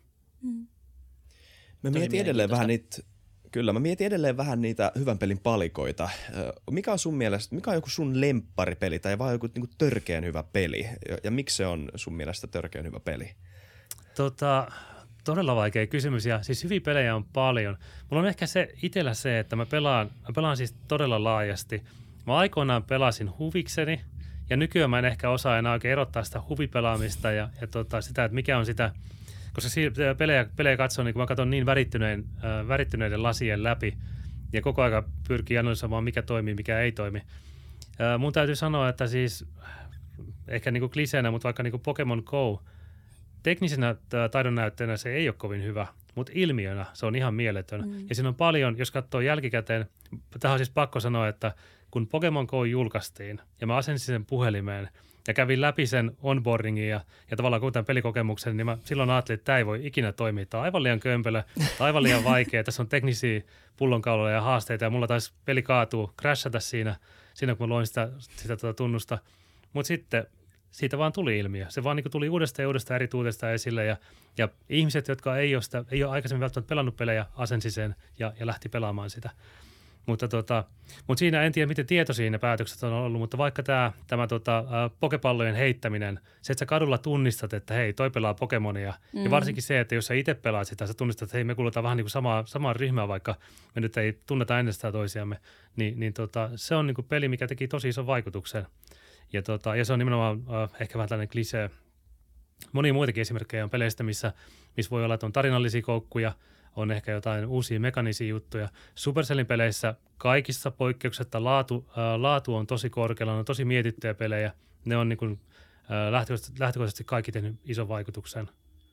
Mä mietin edelleen vähän niitä hyvän pelin palikoita. Mikä on sun mielestä, mikä on joku sun lempparipeli tai vaan joku niinku törkeän hyvä peli? Ja miksi se on sun mielestä törkeän hyvä peli? Todella vaikea kysymys, ja siis hyviä pelejä on paljon. Mulla on ehkä itsellä se, että mä pelaan siis todella laajasti. Mä aikoinaan pelasin huvikseni, ja nykyään mä en ehkä osaa enää oikein erottaa sitä huvipelaamista ja sitä, että mikä on sitä, koska pelejä katsoo, niin kun mä katson niin värittyneiden lasien läpi, ja koko ajan pyrkii analysoimaan, mikä toimii, mikä ei toimi. Mun täytyy sanoa, että siis ehkä niin kuin kliseenä, mutta vaikka niin kuin Pokemon Go, teknisenä taidonnäytteenä se ei ole kovin hyvä, mutta ilmiönä se on ihan mieletön. Ja siinä on paljon, jos katsoo jälkikäteen, tähän on siis pakko sanoa, että kun Pokemon Go julkaistiin ja mä asensin sen puhelimeen ja kävin läpi sen onboardingin ja tavallaan kuten pelikokemuksen, niin mä silloin ajattelin, että tämä ei voi ikinä toimia. Tämä on aivan liian kömpelö, aivan liian vaikea. Tässä on teknisiä pullonkauloja ja haasteita ja mulla taisi peli kaatuu, crashata siinä kun mä loin sitä tunnusta. Mutta sitten siitä vaan tuli ilmiö. Se vaan niin tuli uudestaan ja uudestaan eri tuutesta esille ja ihmiset, jotka ei ole aikaisemmin välttämättä pelannut pelejä, asensi sen ja lähti pelaamaan sitä. Mutta siinä en tiedä, miten tietoisia ne päätökset on ollut, mutta vaikka tämä pokepallojen heittäminen, se, että sä kadulla tunnistat, että hei, toi pelaa Pokemonia, ja varsinkin se, että jos sä itse pelaat sitä, sä tunnistat, että hei, me kuulutaan vähän niin kuin samaan ryhmään, vaikka me nyt ei tunneta ennestään toisiamme, niin se on niin kuin peli, mikä teki tosi ison vaikutuksen. Ja se on nimenomaan ehkä vähän tällainen klisee. Monia muitakin esimerkkejä on peleistä, missä voi olla, että on tarinallisia koukkuja, on ehkä jotain uusia mekanisia juttuja. Supercellin peleissä kaikissa poikkeuksetta laatu on tosi korkealla, on tosi mietittyjä pelejä. Ne on niin kuin, lähtökohtaisesti kaikki tehnyt ison vaikutuksen.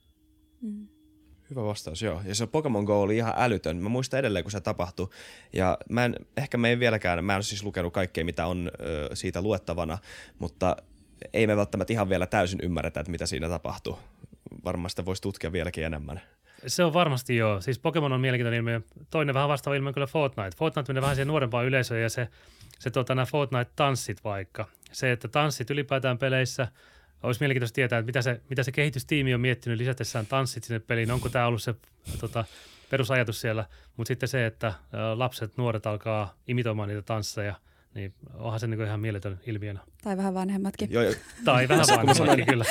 Hyvä vastaus, joo. Ja se Pokemon Go oli ihan älytön. Mä muistan edelleen, kun se tapahtui. Ja mä en ole siis lukenut kaikkea, mitä on siitä luettavana, mutta ei me välttämättä ihan vielä täysin ymmärretä, että mitä siinä tapahtuu. Varmaan sitä voisi tutkia vieläkin enemmän. Se on varmasti joo. Siis Pokemon on mielenkiintoinen ilmiö. Toinen vähän vastaava ilmiö on kyllä Fortnite. Fortnite menee vähän siihen nuorempaan yleisöön ja nämä Fortnite-tanssit vaikka. Se, että tanssit ylipäätään peleissä, olisi mielenkiintoista tietää, että mitä se kehitystiimi on miettinyt lisätessään tanssit sinne peliin. Onko tämä ollut se perusajatus siellä, mutta sitten se, että lapset, nuoret alkaa imitoimaan niitä tansseja, niin onhan se niin ihan mieletön ilmiönä. Tai vähän vanhemmatkin. Joo. Tai vähän vanhemmatkin, kyllä.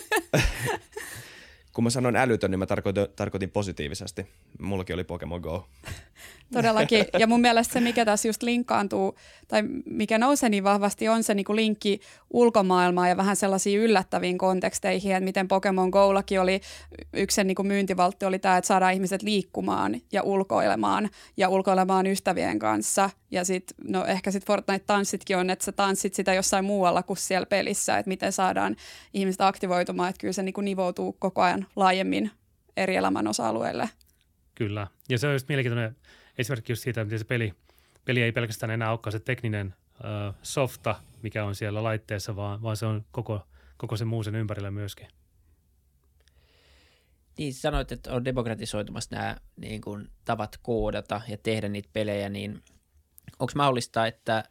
Kun mä sanoin älytön, niin mä tarkoitin positiivisesti. Mullakin oli Pokemon Go. Todellakin. Ja mun mielestä se, mikä tässä just linkkaantuu, tai mikä nousee niin vahvasti, on se niinku linkki ulkomaailmaan ja vähän sellaisiin yllättäviin konteksteihin, että miten Pokemon Gollakin oli, yksi sen niinku myyntivaltti oli tämä, että saadaan ihmiset liikkumaan ja ulkoilemaan ystävien kanssa. Ja sitten, no ehkä sitten Fortnite-tanssitkin on, että sä tanssit sitä jossain muualla kuin siellä pelissä, että miten saadaan ihmiset aktivoitumaan, että kyllä se niinku nivoutuu koko ajan laajemmin eri elämän osa-alueille. Kyllä. Ja se on just mielenkiintoinen esimerkki just siitä, miten se peli ei pelkästään enää olekaan se tekninen softa, mikä on siellä laitteessa, vaan se on koko se muu sen ympärillä myöskin. Niin sanoit, että on demokratisoitumassa nämä niin kuin, tavat koodata ja tehdä niitä pelejä, niin onko mahdollista, että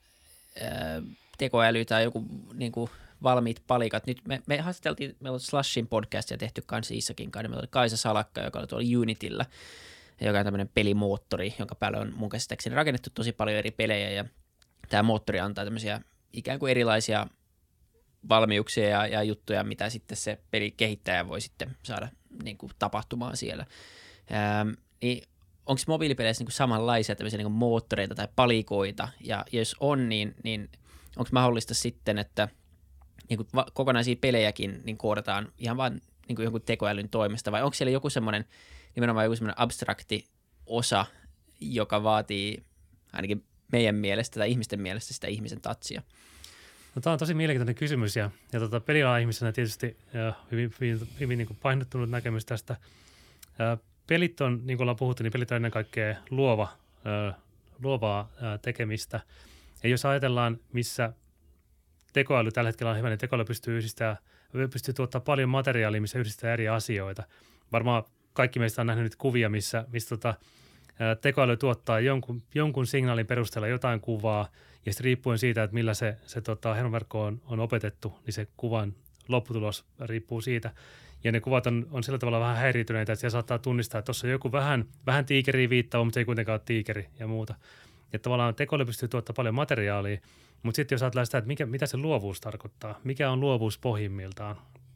tekoäly tai joku niin kuin, valmiit palikat. Nyt me haastateltiin, meillä on Slushin podcastia tehty kanssa Isakin kanssa, meillä oli Kaisa Salakka, joka oli tuolla Unityllä, joka on tämmöinen pelimoottori, jonka päälle on mun käsittääkseni rakennettu tosi paljon eri pelejä, ja tämä moottori antaa tämmöisiä ikään kuin erilaisia valmiuksia ja juttuja, mitä sitten se pelikehittäjä voi sitten saada niin kuin tapahtumaan siellä. Niin onko mobiilipeleissä niin kuin samanlaisia tämmöisiä niin kuin moottoreita tai palikoita, ja jos on, niin onko mahdollista sitten, että niin kuin kokonaisia pelejäkin niin koodataan ihan vaan niin kuin jonkun tekoälyn toimesta, vai onko siellä joku semmoinen, nimenomaan joku semmoinen abstrakti osa, joka vaatii ainakin meidän mielestä tai ihmisten mielestä sitä ihmisen tatsia? No, tämä on tosi mielenkiintoinen kysymys ja pelialan ihmisenä tietysti hyvin niin kuin painottunut näkemys tästä. Pelit on, niin kuin ollaan puhuttu, niin pelit on ennen kaikkea luovaa tekemistä. Ja jos ajatellaan, missä tekoäly tällä hetkellä on hyvä, niin tekoäly pystyy tuottamaan paljon materiaalia, missä yhdistää eri asioita. Varmaan kaikki meistä on nähnyt nyt kuvia, missä tekoäly tuottaa jonkun signaalin perusteella jotain kuvaa, ja sitten riippuen siitä, että millä se hermoverkko on opetettu, niin se kuvan lopputulos riippuu siitä. Ja ne kuvat on sillä tavalla vähän häiriintyneitä, että siellä saattaa tunnistaa, että tuossa on joku vähän tiikeriä viittaava, mutta se ei kuitenkaan ole tiikeri ja muuta. Ja tavallaan tekoäly pystyy tuottamaan paljon materiaalia, mutta sitten jos ajatellaan sitä, että mitä se luovuus tarkoittaa, mikä on luovuus pohjimmiltaan.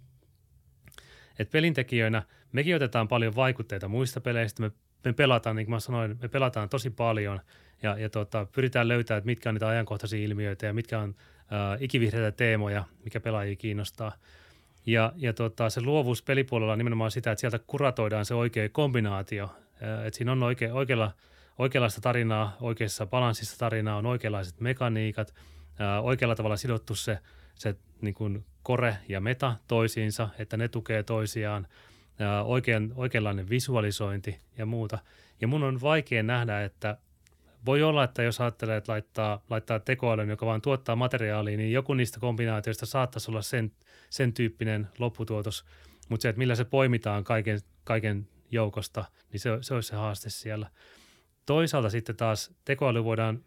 Et pelintekijöinä mekin otetaan paljon vaikutteita muista peleistä, me pelataan, niin kuin mä sanoin, me pelataan tosi paljon ja pyritään löytämään, että mitkä on niitä ajankohtaisia ilmiöitä ja mitkä on ikivihreitä teemoja, mikä pelaajia kiinnostaa. Ja se luovuus pelipuolella on nimenomaan sitä, että sieltä kuratoidaan se oikea kombinaatio, että siinä on oikeanlaista tarinaa, oikeassa balanssissa tarinaa, on oikeanlaiset mekaniikat, oikealla tavalla sidottu se niin kuin core ja meta toisiinsa, että ne tukee toisiaan, oikeanlainen visualisointi ja muuta. Ja mun on vaikea nähdä, että voi olla, että jos ajattelee, että laittaa tekoälyn, joka vaan tuottaa materiaalia, niin joku niistä kombinaatioista saattaisi olla sen tyyppinen lopputuotos, mutta se, että millä se poimitaan kaiken joukosta, niin se olisi se haaste siellä. Toisaalta sitten taas tekoäly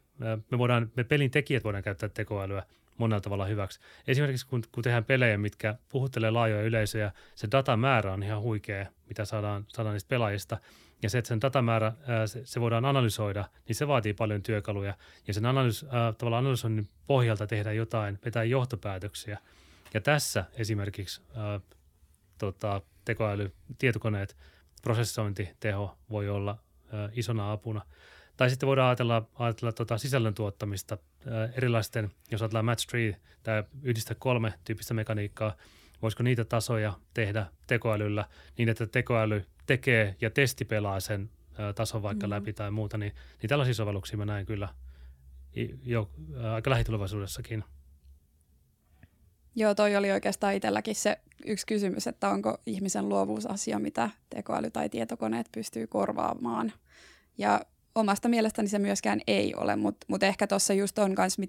me pelin tekijät voidaan käyttää tekoälyä monella tavalla hyväksi. Esimerkiksi kun tehdään pelejä, mitkä puhuttelee laajoja yleisöjä, se datamäärä on ihan huikea, mitä saadaan niistä pelaajista. Ja se, että sen datamäärä, se voidaan analysoida, niin se vaatii paljon työkaluja. Ja sen tavallaan analysoinnin pohjalta tehdään jotain, vetää johtopäätöksiä. Ja tässä esimerkiksi tekoäly, tietokoneet, prosessointiteho voi olla isona apuna. Tai sitten voidaan ajatella sisällön tuottamista erilaisten, jos ajatellaan match 3 tai yhdistä 3 tyyppistä mekaniikkaa, voisiko niitä tasoja tehdä tekoälyllä niin, että tekoäly tekee ja testipelaa sen tason vaikka läpi tai muuta, niin tällaisia sovelluksia mä näen kyllä jo aika lähitulevaisuudessakin. Joo, toi oli oikeastaan itselläkin se yksi kysymys, että onko ihmisen luovuus asia, mitä tekoäly tai tietokoneet pystyy korvaamaan. Ja omasta mielestäni se myöskään ei ole, mutta ehkä tuossa just on myös,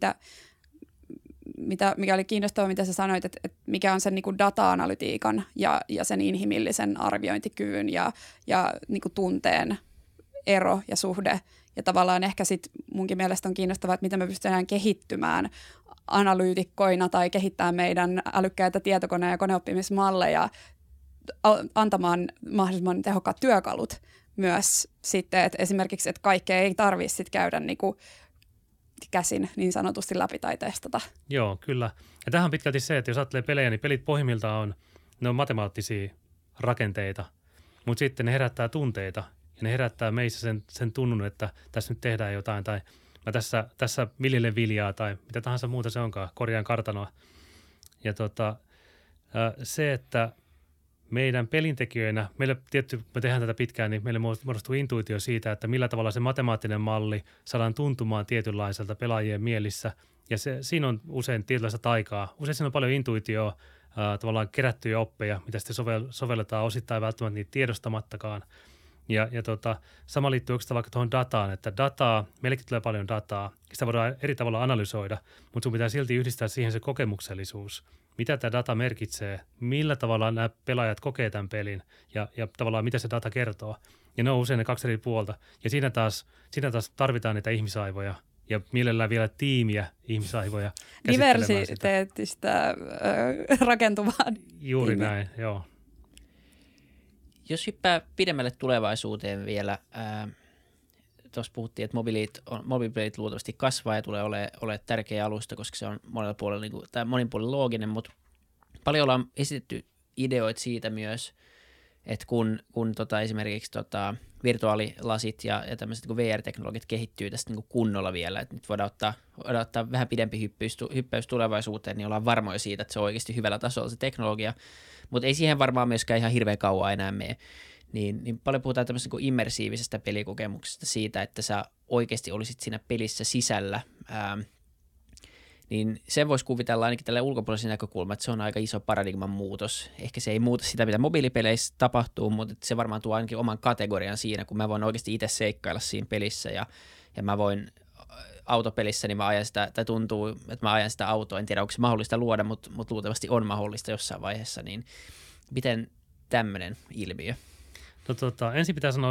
mikä oli kiinnostavaa, mitä sä sanoit, että mikä on sen niin kuin data-analytiikan ja sen inhimillisen arviointikyvyn ja niin kuin tunteen ero ja suhde. Ja tavallaan ehkä sit munkin mielestä on kiinnostavaa, että miten me pystytään kehittymään analyytikkoina tai kehittämään meidän älykkäitä tietokone- ja koneoppimismalleja antamaan mahdollisimman tehokkaat työkalut myös sitten, että esimerkiksi, että kaikkea ei tarvitse sitten käydä niinku käsin niin sanotusti läpi tai testata. Joo, kyllä. Ja tähän on pitkälti se, että jos ajattelee pelejä, niin pelit pohjimmiltaan ne on matemaattisia rakenteita, mutta sitten ne herättää tunteita ja ne herättää meissä sen tunnun, että tässä nyt tehdään jotain tai mä tässä viljelen viljaa tai mitä tahansa muuta se onkaan, korjaan kartanoa. Ja se, että meidän pelintekijöinä, me tehdään tätä pitkään, niin meille muodostuu intuitio siitä, että millä tavalla se matemaattinen malli saadaan tuntumaan tietynlaiselta pelaajien mielissä. Ja siinä on usein tietynlaista taikaa. Usein siinä on paljon intuitioa, tavallaan kerättyjä oppeja, mitä sitten sovelletaan osittain välttämättä niitä tiedostamattakaan. Ja sama liittyy oikeastaan vaikka tuohon dataan, että meillekin tulee paljon dataa, sitä voidaan eri tavalla analysoida, mutta sun pitää silti yhdistää siihen se kokemuksellisuus. Mitä tämä data merkitsee, millä tavalla nämä pelaajat kokee tämän pelin ja tavallaan mitä se data kertoo. Ja ne on usein ne kaksi eri puolta. Ja siinä taas tarvitaan niitä ihmisaivoja ja mielellään vielä tiimiä ihmisaivoja käsittelemään sitä. Diversiteetistä rakentuvaan. Juuri näin, joo. Jos hyppää pidemmälle tulevaisuuteen vielä, tuossa puhuttiin, että mobiilipelit luultavasti kasvaa ja tulee olemaan tärkeä alusta, koska se on monella puolella, tai monin puolella looginen, mutta paljon ollaan esitetty ideoita siitä myös, että kun esimerkiksi virtuaalilasit ja tämmöiset niin VR-teknologiat kehittyy tästä niin kunnolla vielä, että nyt voidaan ottaa vähän pidempi hyppäys tulevaisuuteen, niin ollaan varmoja siitä, että se on oikeasti hyvällä tasolla se teknologia, mutta ei siihen varmaan myöskään ihan hirveän kauan enää mene. Niin paljon puhutaan tämmöisestä niin immersiivisestä pelikokemuksesta siitä, että sä oikeasti olisit siinä pelissä sisällä, niin sen voisi kuvitella ainakin tällä ulkopuolisen näkökulma, että se on aika iso paradigman muutos. Ehkä se ei muuta sitä, mitä mobiilipeleissä tapahtuu, mutta se varmaan tuo ainakin oman kategorian siinä, kun mä voin oikeasti itse seikkailla siinä pelissä ja mä voin autopelissä, niin mä ajan sitä, tai tuntuu, että mä ajan sitä autoa. En tiedä, onko se mahdollista luoda, mutta luultavasti on mahdollista jossain vaiheessa. Niin miten tämmöinen ilmiö? No, ensin pitää sanoa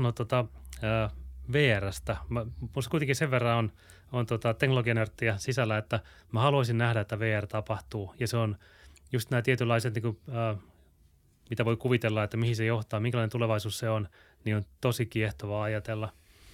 VR:stä. Minusta kuitenkin sen verran on teknologianörttiä sisällä, että mä haluaisin nähdä, että VR tapahtuu. Ja se on just nämä tietynlaiset, niin kuin, mitä voi kuvitella, että mihin se johtaa, minkälainen tulevaisuus se on, niin on tosi kiehtovaa ajatella.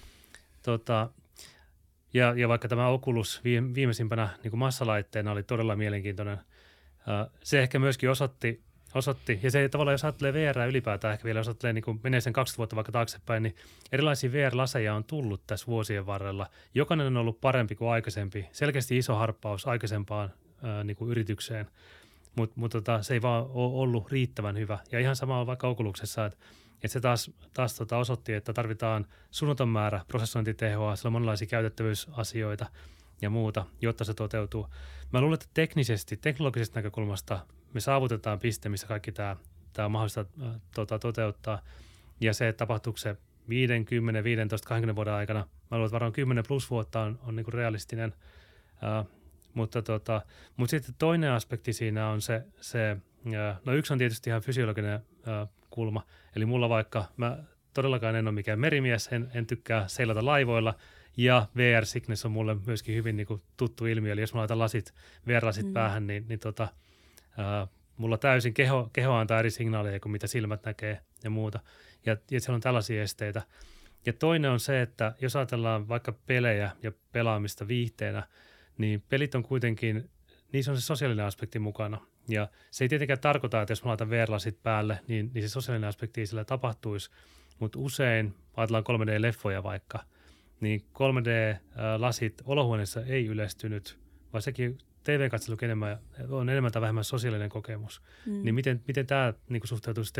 Ja vaikka tämä Oculus viimeisimpänä niin kuin massalaitteena oli todella mielenkiintoinen, se ehkä myöskin osoitti, ja se tavallaan, jos ajattelee VR ylipäätään, ehkä vielä jos ajattelee, niin kuin menee sen 20 vuotta vaikka taaksepäin, niin erilaisia VR-laseja on tullut tässä vuosien varrella. Jokainen on ollut parempi kuin aikaisempi. Selkeästi iso harppaus aikaisempaan niin kuin yritykseen, mutta se ei vaan ole ollut riittävän hyvä. Ja ihan sama on vaikka Oculuksessa, että se taas osoitti, että tarvitaan sunnaton määrä prosessointitehoa, siellä on monenlaisia käytettävyysasioita ja muuta, jotta se toteutuu. Mä luulen, että teknologisesta näkökulmasta me saavutetaan piste, missä kaikki tämä on mahdollista toteuttaa. Ja se, että tapahtuuko se 5, 10, 15, 20 vuoden aikana, mä luulen, että varmaan 10 plus vuotta on niin kuin realistinen. Mutta sitten toinen aspekti siinä on no yksi on tietysti ihan fysiologinen kulma. Eli mulla vaikka, mä todellakaan en ole mikään merimies, en tykkää seilata laivoilla, ja VR-sickness on mulle myöskin hyvin niin kuin tuttu ilmiö. Eli jos mä laitan VR-lasit päähän, niin mulla täysin keho antaa eri signaaleja kuin mitä silmät näkee. ja muuta. Ja siellä on tällaisia esteitä. Ja toinen on se, että jos ajatellaan vaikka pelejä ja pelaamista viihteenä, niin pelit on kuitenkin, niissä on se sosiaalinen aspekti mukana. Ja se ei tietenkään tarkoita, että jos mä laitan VR-lasit päälle, niin se sosiaalinen aspekti ei sillä tapahtuisi. Mutta usein, ajatellaan 3D-leffoja vaikka, niin 3D-lasit olohuoneessa ei yleistynyt, vaan sekin TV-katselu on enemmän tai vähemmän sosiaalinen kokemus. Niin miten tämä niin suhteutuu sitten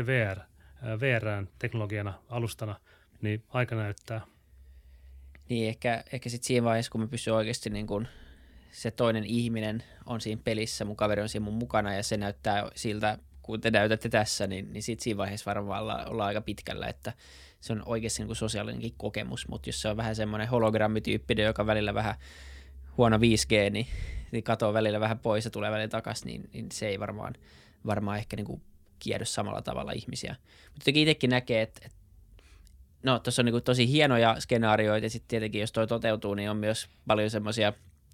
VR:ään teknologiana, alustana, niin aika näyttää. Niin, ehkä sitten siinä vaiheessa, kun mä pystyn oikeasti niin kun se toinen ihminen on siinä pelissä, mun kaveri on siinä mun mukana ja se näyttää siltä, kun te näytätte tässä, niin sitten siinä vaiheessa varmaan ollaan aika pitkällä, että se on oikeasti niin kuin sosiaalinenkin kokemus, mutta jos se on vähän semmoinen hologrammityyppinen, joka välillä vähän huono 5G, niin katoo välillä vähän pois ja tulee välillä takaisin, niin se ei varmaan ehkä niin kuin kiedä samalla tavalla ihmisiä. Mutta toki itsekin näkee, että no tuossa on niin kuin tosi hienoja skenaarioita ja sitten tietenkin jos toi toteutuu, niin on myös paljon semmoisia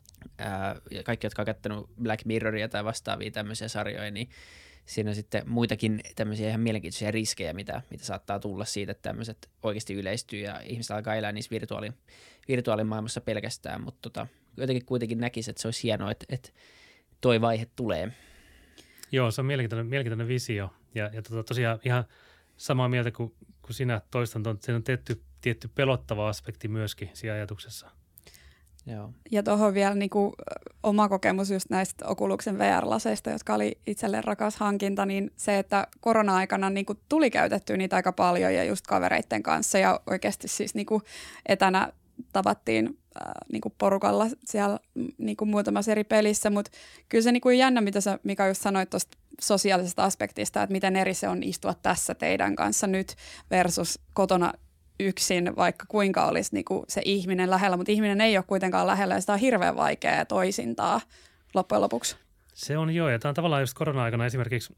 kaikki, jotka on katsonut Black Mirroria tai vastaavia tämmöisiä sarjoja, niin siinä on sitten muitakin tämmöisiä ihan mielenkiintoisia riskejä, mitä saattaa tulla siitä, että tämmöiset oikeasti yleistyy ja ihmiset alkaa elää niissä virtuaalimaailmassa pelkästään, mutta jotenkin kuitenkin näkisi, että se olisi hienoa, että toi vaihe tulee. Joo, se on mielenkiintoinen visio ja tosiaan ihan samaa mieltä kuin sinä toistan, siinä on tietty pelottava aspekti myöskin siinä ajatuksessa. Joo. Ja tuohon vielä niinku oma kokemus just näistä Oculusen VR-laseista, jotka oli itselleen rakas hankinta, niin se, että korona-aikana niinku tuli käytettyä niitä aika paljon ja just kavereitten kanssa ja oikeasti siis niinku etänä tavattiin niinku porukalla siellä niinku muutamassa eri pelissä, mutta kyllä se niinku jännä, mitä sä Mika just sanoit tuosta sosiaalisesta aspektista, että miten eri se on istua tässä teidän kanssa nyt versus kotona yksin, vaikka kuinka olisi niinku se ihminen lähellä, mutta ihminen ei ole kuitenkaan lähellä ja sitä on hirveän vaikea toisintaa loppujen lopuksi. Se on joo, ja tämä on tavallaan just korona-aikana esimerkiksi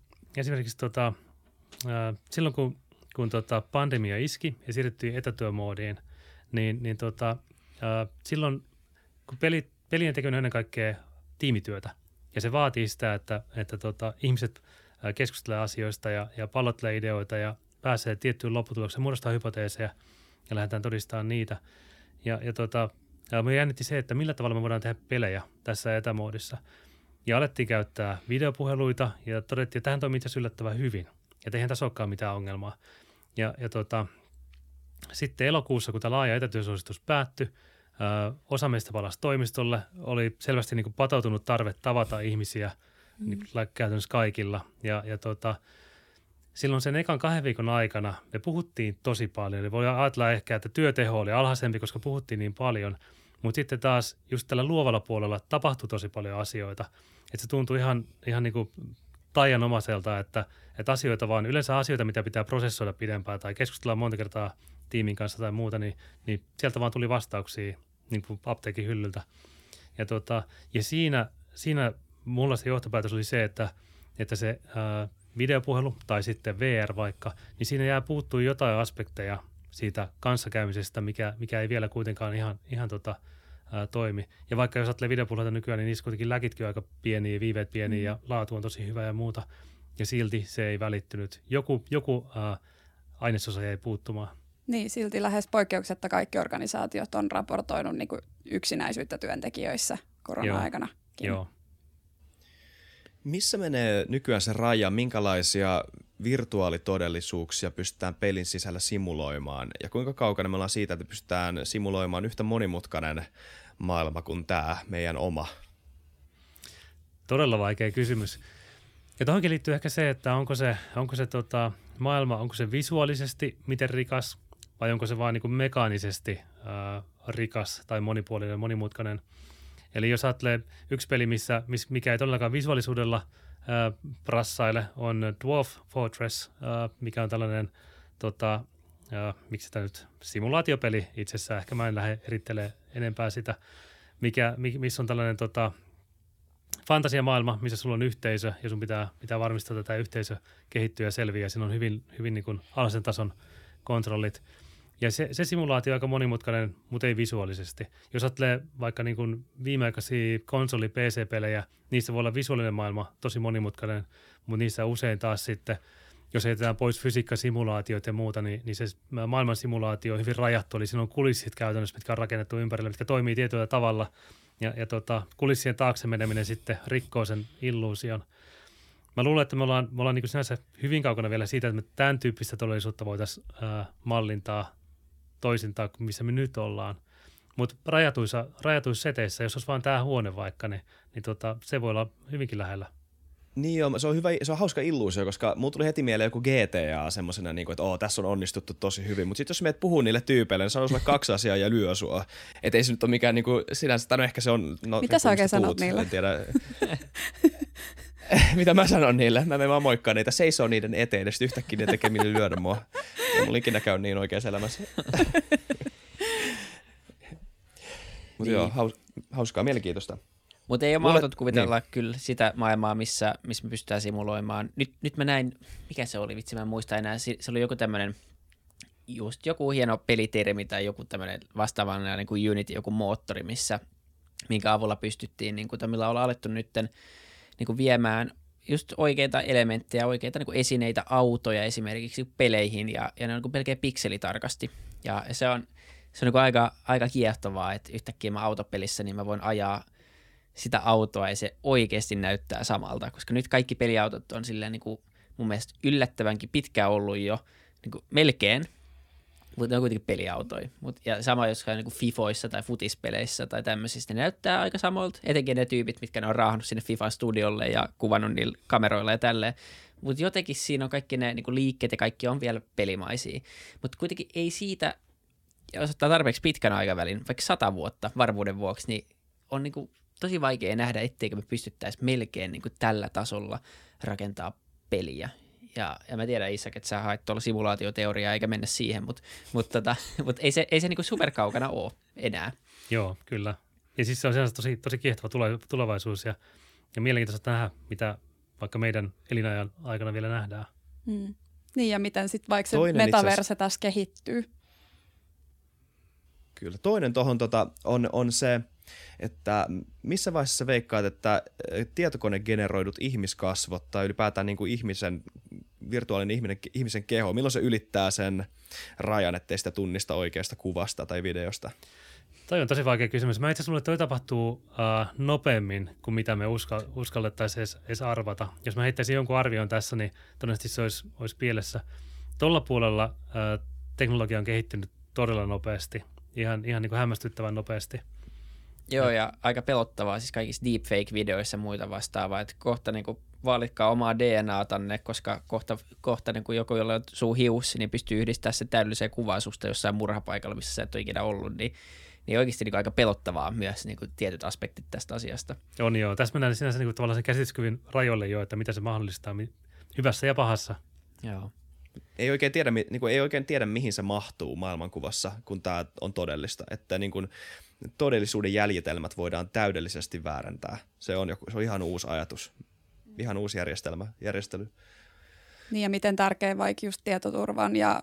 silloin kun pandemia iski ja siirryttiin etätyömoodiin, niin silloin kun pelien tekeminen on ennen kaikkea tiimityötä ja se vaatii sitä, että ihmiset keskustelevat asioista ja pallottelee ideoita ja pääsee tiettyyn lopputulokseen, muodostaa hypoteeseja ja lähdetään todistamaan niitä. Ja me jännitti se, että millä tavalla me voidaan tehdä pelejä tässä etämoodissa. Ja alettiin käyttää videopuheluita ja todettiin, että tähän toimii itse asiassa yllättävän hyvin. Ja eihän tässä olekaan mitään ongelmaa. Sitten elokuussa, kun tämä laaja etätyösuositus päättyi, osa meistä palasi toimistolle. Oli selvästi niin kuin patoutunut tarve tavata ihmisiä niin käytännössä kaikilla. Silloin sen ekan 2 viikon aikana me puhuttiin tosi paljon. Eli voi ajatella ehkä, että työteho oli alhaisempi, koska puhuttiin niin paljon. Mutta sitten taas just tällä luovalla puolella tapahtui tosi paljon asioita. Että se tuntui ihan niin kuin taianomaiselta, että asioita vaan, yleensä asioita, mitä pitää prosessoida pidempään tai keskustella monta kertaa tiimin kanssa tai muuta, niin sieltä vaan tuli vastauksia niin kuin apteekin hyllyltä. Ja siinä mulla se johtopäätös oli se, että se videopuhelu tai sitten VR vaikka, niin siinä puuttuu jotain aspekteja siitä kanssakäymisestä, mikä ei vielä kuitenkaan ihan toimi. Ja vaikka jos ajattelee videopuheluita nykyään, niin niissä kuitenkin läkitkin on aika pieniä, viiveet pieniä ja laatu on tosi hyvä ja muuta. Ja silti se ei välittynyt. Joku ainesosa jäi puuttumaan. Niin, silti lähes poikkeuksetta kaikki organisaatiot on raportoinut niin kuin yksinäisyyttä työntekijöissä korona-aikana. Joo. Missä menee nykyään se raja, minkälaisia virtuaalitodellisuuksia pystytään pelin sisällä simuloimaan ja kuinka kaukana me ollaan siitä, että pystytään simuloimaan yhtä monimutkainen maailma kuin tämä meidän oma? Todella vaikea kysymys. Ja tuohonkin liittyy ehkä se, että onko se maailma, onko se visuaalisesti miten rikas vai onko se vaan niin kuin mekaanisesti rikas tai monipuolinen, monimutkainen. Eli jos ajattelee yksi peli, mikä ei todellakaan visuaalisuudella prassaile, on Dwarf Fortress, mikä on tällainen, miksi tämä nyt, simulaatiopeli itsessään. Ehkä mä en lähde erittelemään enempää sitä, missä on tällainen fantasiamaailma, missä sulla on yhteisö ja sun pitää varmistaa, että tämä yhteisö kehittyy ja selviää. Siinä on hyvin niin kuin alhaisen tason kontrollit. Ja se simulaatio on aika monimutkainen, mutta ei visuaalisesti. Jos ajattelee vaikka niin kuin viimeaikaisia konsoli-PC-pelejä, niissä voi olla visuaalinen maailma tosi monimutkainen, mutta niissä usein taas sitten jos heitetään pois fysiikkasimulaatioita ja muuta, niin se maailman simulaatio on hyvin rajattu. Eli siinä on kulissit käytännössä, mitkä on rakennettu ympärille, mitkä toimii tietyllä tavalla. Ja kulissien taakse meneminen sitten rikkoo sen illuusion. Mä luulen, että me ollaan niin kuin sinänsä hyvin kaukana vielä siitä, että me tämän tyyppistä todellisuutta voitaisiin mallintaa toisintaan kuin missä me nyt ollaan. Mutta rajatuissa seteissä, jos olisi vaan tämä huone vaikka, niin se voi olla hyvinkin lähellä. Niin joo, se on hauska illuusio, koska mulla tuli heti mieleen joku GTA semmoisena, niin että tässä on onnistuttu tosi hyvin. Mutta sitten jos meet puhuu niille tyypeille, niin sanoo sulle 2 asiaa ja lyö sua. Että ei se nyt ole mikään niin kuin, sinänsä, tai no ehkä se on... No, mitä sä oikein sanot niille? En tiedä. Mitä mä sanon niille? Mä menen vaan moikkaan niitä, seisoo niiden eteen ja sitten yhtäkkiä ne tekee mille lyödä mua. Ei mulla ikinä käy niin oikeassa elämässä. Mutta joo, hauskaa, mielenkiintoista. Mutta ei ole mahdotonta kuvitella kyllä sitä maailmaa, missä me pystytään simuloimaan. Nyt mä näin, mikä se oli, vitsi mä en muista enää, se oli joku tämmöinen, just joku hieno pelitermi tai joku tämmöinen vastaavanlainen niin kuin Unity, joku moottori, minkä avulla pystyttiin, niin kuin, millä ollaan alettu nytten niin kuin viemään just oikeita elementtejä, oikeita niin kuin esineitä, autoja esimerkiksi peleihin, ja ne on niin kuin pelkeä pikselitarkasti. Ja se on niin kuin aika kiehtovaa, että yhtäkkiä mä autopelissä, niin mä voin ajaa sitä autoa ja se oikeasti näyttää samalta, koska nyt kaikki peliautot on silleen niin kuin mun mielestä yllättävänkin pitkään ollut jo niin kuin melkein, mutta ne on kuitenkin peliautoja. Ja sama jossain niin kuin Fifoissa tai futispeleissä tai tämmöisissä, ne näyttää aika samoilta, etenkin ne tyypit, mitkä ne on raahannut sinne FIFA-studiolle ja kuvannut niillä kameroilla ja tälleen. Mutta jotenkin siinä on kaikki ne niin kuin liikkeet ja kaikki on vielä pelimaisia. Mutta kuitenkin ei siitä, jos ottaa tarpeeksi pitkän aikavälin, vaikka 100 vuotta varmuuden vuoksi, niin on niin kuin tosi vaikea nähdä, etteikö me pystyttäisiin melkein niin kuin tällä tasolla rakentaa peliä. Ja mä tiedän, Isak, että sä haet tuolla simulaatioteoriaa eikä mennä siihen, mutta ei se niin kuin superkaukana ole enää. Joo, kyllä. Ja siis se on tosi kiehtova tulevaisuus ja mielenkiintoista nähdä, mitä vaikka meidän elinajan aikana vielä nähdään. Niin ja miten sitten vaikka se metaverse tässä kehittyy. Kyllä. Toinen tuohon on se, että missä vaiheessa veikkaat, että tietokonegeneroidut ihmiskasvot tai ylipäätään niin kuin virtuaalinen ihmisen keho, milloin se ylittää sen rajan, ettei sitä tunnista oikeasta kuvasta tai videosta? Toi on tosi vaikea kysymys. Mä itse asiassa luulen, että toi tapahtuu nopeammin kuin mitä me uskallettaisiin edes arvata. Jos mä heittäisin jonkun arvion tässä, niin todennäköisesti se olisi pielessä. Tuolla puolella teknologia on kehittynyt todella nopeasti, ihan niin kuin hämmästyttävän nopeasti. Joo, ja aika pelottavaa siis kaikissa deepfake-videoissa ja muita vastaavaa, että kohta niin kuin valitkaa omaa DNAtanne, koska kohta niin kuin joku, jolla on suu hius, niin pystyy yhdistämään se täydelliseen kuvaan susta jossain murhapaikalla, missä sä et ole ikinä ollut, niin oikeasti niin aika pelottavaa myös niin kuin tietyt aspektit tästä asiasta. On joo, tässä mennään sinänsä niin kuin tavallaan sen käsityskyvyn rajoille jo, että mitä se mahdollistaa hyvässä ja pahassa. Joo. Ei oikein tiedä, mihin se mahtuu maailmankuvassa, kun tämä on todellista. Että niin kuin todellisuuden jäljitelmät voidaan täydellisesti väärentää. Se on ihan uusi ajatus, ihan uusi järjestely. Niin ja miten tärkeä vaikka just tietoturvan ja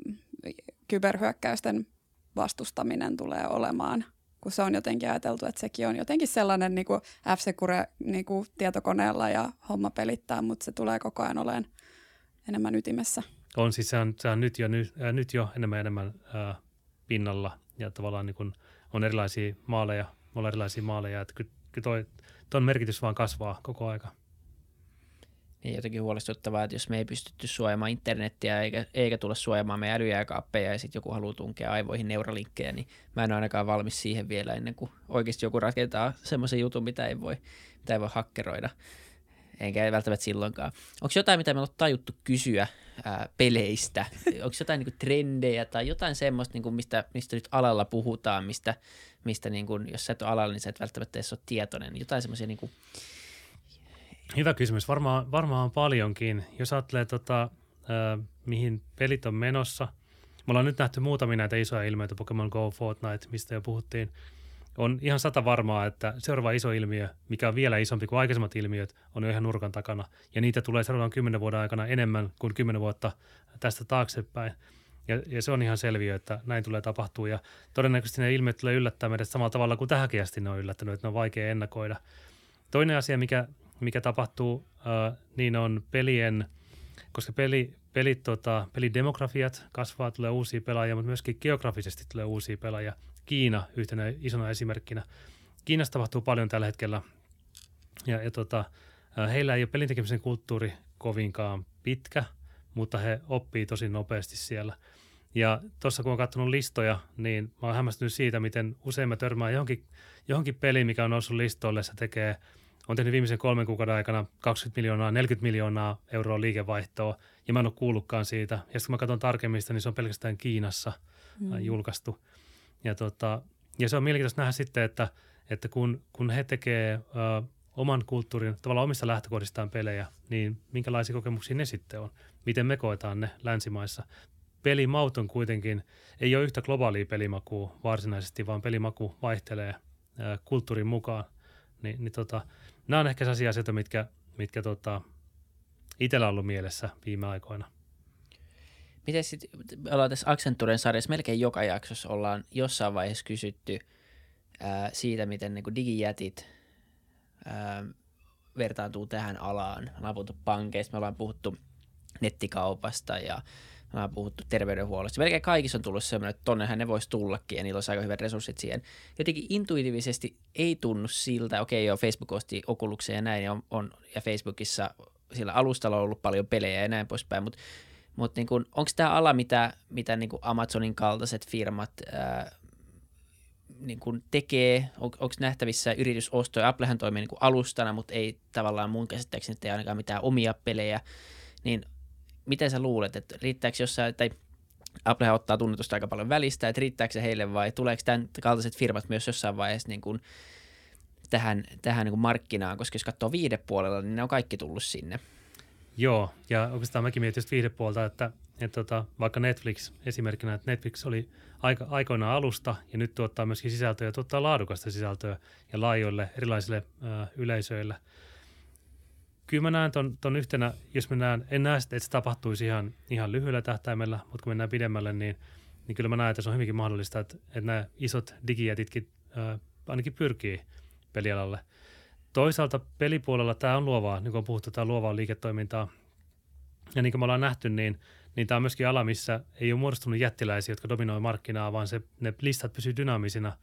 kyberhyökkäysten vastustaminen tulee olemaan, kun se on jotenkin ajateltu, että sekin on jotenkin sellainen niin kuin F-Secure niin kuin tietokoneella ja homma pelittää, mutta se tulee koko ajan olemaan enemmän ytimessä. On siis se on nyt jo enemmän pinnalla ja tavallaan niin kuin on erilaisia maaleja, että kyllä tuon merkitys vaan kasvaa koko aika. Niin jotenkin huolestuttavaa, että jos me ei pystytty suojaamaan internettiä eikä tulla suojaamaan meidän älyjääkaappeja ja sitten joku haluaa tunkea aivoihin neuralinkkejä, niin mä en ole ainakaan valmis siihen vielä ennen kuin oikeasti joku rakentaa semmoisen jutun, mitä ei voi hakkeroida. Enkä välttämättä silloinkaan. Onko jotain, mitä me ollaan tajuttu kysyä peleistä? Onko jotain niin kuin trendejä tai jotain semmoista, niin kuin mistä nyt alalla puhutaan, mistä niin kuin, jos sä et ole alalla, niin sä et välttämättä edes ole tietoinen. Jotain semmoisia niin kuin... Hyvä kysymys. Varmaan on paljonkin. Jos ajattelee, mihin pelit on menossa. Me ollaan nyt nähty muutamia näitä isoja ilmiöitä, Pokemon Go, Fortnite, mistä jo puhuttiin. On ihan 100 varmaa, että seuraava iso ilmiö, mikä on vielä isompi kuin aikaisemmat ilmiöt, on jo ihan nurkan takana. Ja niitä tulee seuraavan 10 vuoden aikana enemmän kuin 10 vuotta tästä taaksepäin. Ja se on ihan selviö, että näin tulee tapahtua. Ja todennäköisesti ne ilmiöt tulee yllättää meidät samalla tavalla kuin tähänkin asti ne on yllättänyt, että ne on vaikea ennakoida. Toinen asia, mikä tapahtuu, niin on pelien koska pelidemografiat kasvaa, tulee uusia pelaajia, mutta myöskin geografisesti tulee uusia pelaajia. Kiina yhtenä isona esimerkkinä. Kiinassa tapahtuu paljon tällä hetkellä ja heillä ei ole pelintekemisen kulttuuri kovinkaan pitkä, mutta he oppii tosi nopeasti siellä. Ja tuossa kun olen katsonut listoja, niin mä oon hämmästynyt siitä, miten usein mä törmään johonkin peliin, mikä on noussut listoille. Se on tehnyt viimeisen 3 kuukauden aikana 20 miljoonaa, 40 miljoonaa euroa liikevaihtoa, ja mä en ole kuullutkaan siitä. Ja sitten kun mä katson tarkemmin sitä, niin se on pelkästään Kiinassa julkaistu. Ja se on mielenkiintoista nähdä sitten, että kun he tekee oman kulttuurin, tavallaan omista lähtökohdistaan pelejä, niin minkälaisia kokemuksia ne sitten on? Miten me koetaan ne länsimaissa? Pelimaut on kuitenkin, ei ole yhtä globaalia pelimakua varsinaisesti, vaan pelimaku vaihtelee kulttuurin mukaan. Nämä on ehkä sellaisia asioita, mitkä itsellä on ollut mielessä viime aikoina. Miten sitten, ollaan tässä Accenturen sarjassa, melkein joka jaksossa ollaan jossain vaiheessa kysytty siitä, miten niin kuin digijätit vertaantuu tähän alaan. Me ollaan puhuttu pankeista, me ollaan puhuttu nettikaupasta ja me ollaan puhuttu terveydenhuollosta. Melkein kaikissa on tullut semmoinen, että tonnehän ne voisi tullakin ja niillä olisi aika hyvät resurssit siihen. Jotenkin intuitiivisesti ei tunnu siltä, Facebook osti Oculusen ja näin ja Facebookissa sillä alustalla on ollut paljon pelejä ja näin poispäin, mutta niin onko tämä ala, mitä niin kuin Amazonin kaltaiset firmat niin kuin tekee, onko nähtävissä yritysostoja? Applehän toimii niin kuin alustana, mutta ei tavallaan mun käsittääkseni ei ainakaan mitään omia pelejä, niin miten sä luulet, että riittääkö jossain, tai Applehan ottaa tunnetusta aika paljon välistä, että riittääkö se heille vai tuleeko tämän kaltaiset firmat myös jossain vaiheessa niin kuin tähän niin kuin markkinaan, koska jos katsoo viihdepuolella, niin ne on kaikki tullut sinne. Joo, ja oikeastaan mäkin mietin just viihdepuolta, että vaikka Netflix esimerkkinä, että Netflix oli aikoinaan alusta ja nyt tuottaa myöskin sisältöä ja tuottaa laadukasta sisältöä ja laajoille erilaisille yleisöille. Kyllä mä näen ton yhtenä, jos en näe sitä, että se tapahtuisi ihan lyhyellä tähtäimellä, mutta kun mennään pidemmälle, niin kyllä mä näen, että se on hyvinkin mahdollista, että nämä isot digijätitkin ainakin pyrkii pelialalle. Toisaalta pelipuolella tämä on luovaa, niin kuin on puhuttu, tämä on luovaa liiketoimintaa. Ja niin kuin me ollaan nähty, niin tämä on myöskin ala, missä ei ole muodostunut jättiläisiä, jotka dominoi markkinaa, vaan ne listat pysyy dynaamisina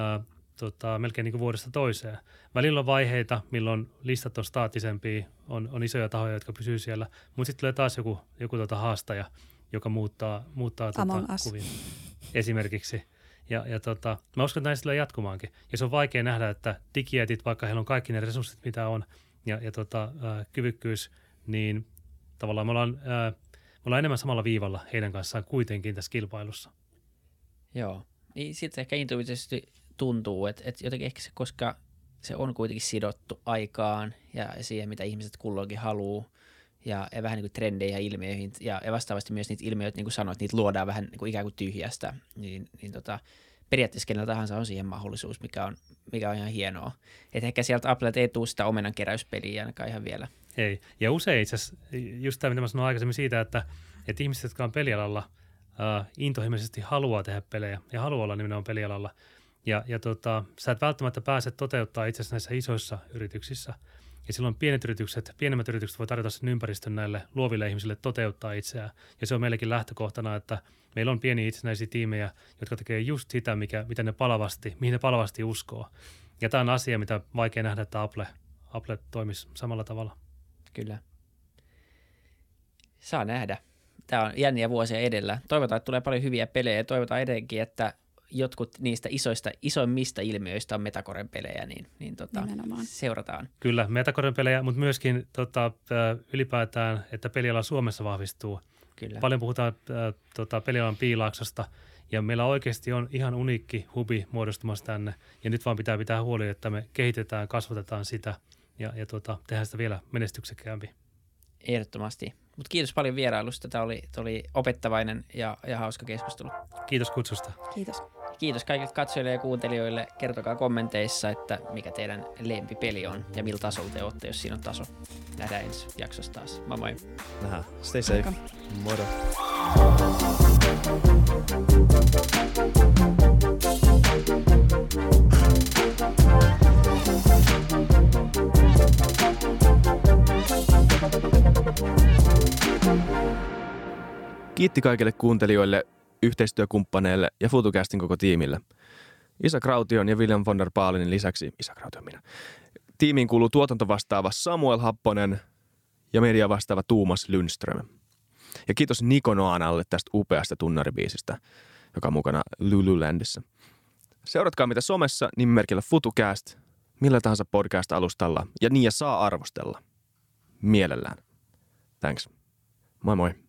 melkein niin kuin vuodesta toiseen. Välillä on vaiheita, milloin listat on staattisempia, on isoja tahoja, jotka pysyy siellä, mutta sitten tulee taas joku haastaja, joka muuttaa kuvia esimerkiksi. Ja mä uskon, että näin tulee jatkumaankin. Ja se on vaikea nähdä, että digijätit, vaikka heillä on kaikki ne resurssit, mitä on, ja kyvykkyys, niin tavallaan me ollaan enemmän samalla viivalla heidän kanssaan kuitenkin tässä kilpailussa. Joo, niin sitten ehkä intuitiivisesti tuntuu, että jotenkin ehkä se, koska se on kuitenkin sidottu aikaan ja siihen, mitä ihmiset kulloinkin haluaa, ja vähän niin kuin trendeihin ja ilmiöihin, ja vastaavasti myös niitä ilmiöitä, niin kuin sanoit, niitä luodaan vähän niin kuin ikään kuin tyhjästä, niin periaatteessa kenellä tahansa on siihen mahdollisuus, mikä on ihan hienoa. Että ehkä sieltä Applelta ei tule sitä omenankeräyspeliä ainakaan ihan vielä. Ei, ja usein itse asiassa, just tämä, mitä mä sanoin aikaisemmin siitä, että ihmiset, jotka on pelialalla, intohimoisesti haluaa tehdä pelejä ja haluaa olla nimenomaan pelialalla, ja sä et välttämättä pääse toteuttaa itse asiassa näissä isoissa yrityksissä. Ja silloin pienemmät yritykset voi tarjota sen ympäristön näille luoville ihmisille toteuttaa itseään. Ja se on meillekin lähtökohtana, että meillä on pieniä itsenäisiä tiimejä, jotka tekee just sitä, mihin ne palavasti uskoo. Ja tämä on asia, mitä vaikea nähdä, että Apple toimisi samalla tavalla. Kyllä. Saa nähdä. Tämä on jänniä vuosia edellä. Toivotaan, että tulee paljon hyviä pelejä. Toivotaan edenkin, että jotkut niistä isoimmista ilmiöistä on Metacoren pelejä, niin seurataan. Kyllä, Metacoren pelejä, mutta myöskin ylipäätään, että peliala Suomessa vahvistuu. Kyllä. Paljon puhutaan pelialan piilaaksosta, ja meillä oikeasti on ihan uniikki hubi muodostumassa tänne, ja nyt vaan pitää huoli, että me kehitetään, kasvatetaan sitä, ja tehdään sitä vielä menestyksekkäämpi. Ehdottomasti. Mutta kiitos paljon vierailusta. Tämä oli opettavainen ja hauska keskustelu. Kiitos kutsusta. Kiitos. Kiitos kaikille katsojille ja kuuntelijoille. Kertokaa kommenteissa, että mikä teidän lempipeli on ja millä tasolla te olette, jos siinä on taso. Nähdään ensi jaksossa taas. Moi moi. Nähdään. Stay safe. Moro. Kiitti kaikille kuuntelijoille, yhteistyökumppaneille ja FutuCastin koko tiimille. Isak Raution ja William von der Baalinin lisäksi, Isak Rautio minä, tiimiin kuuluu tuotantovastaava Samuel Happonen ja media vastaava Tuumas Lundström. Ja kiitos Niko Noanalle tästä upeasta tunnaribiisistä, joka on mukana Lululandissa. Seuratkaa mitä somessa nimimerkillä FutuCast, millä tahansa podcast-alustalla ja niin ja saa arvostella. Mielellään. Thanks. Moi moi.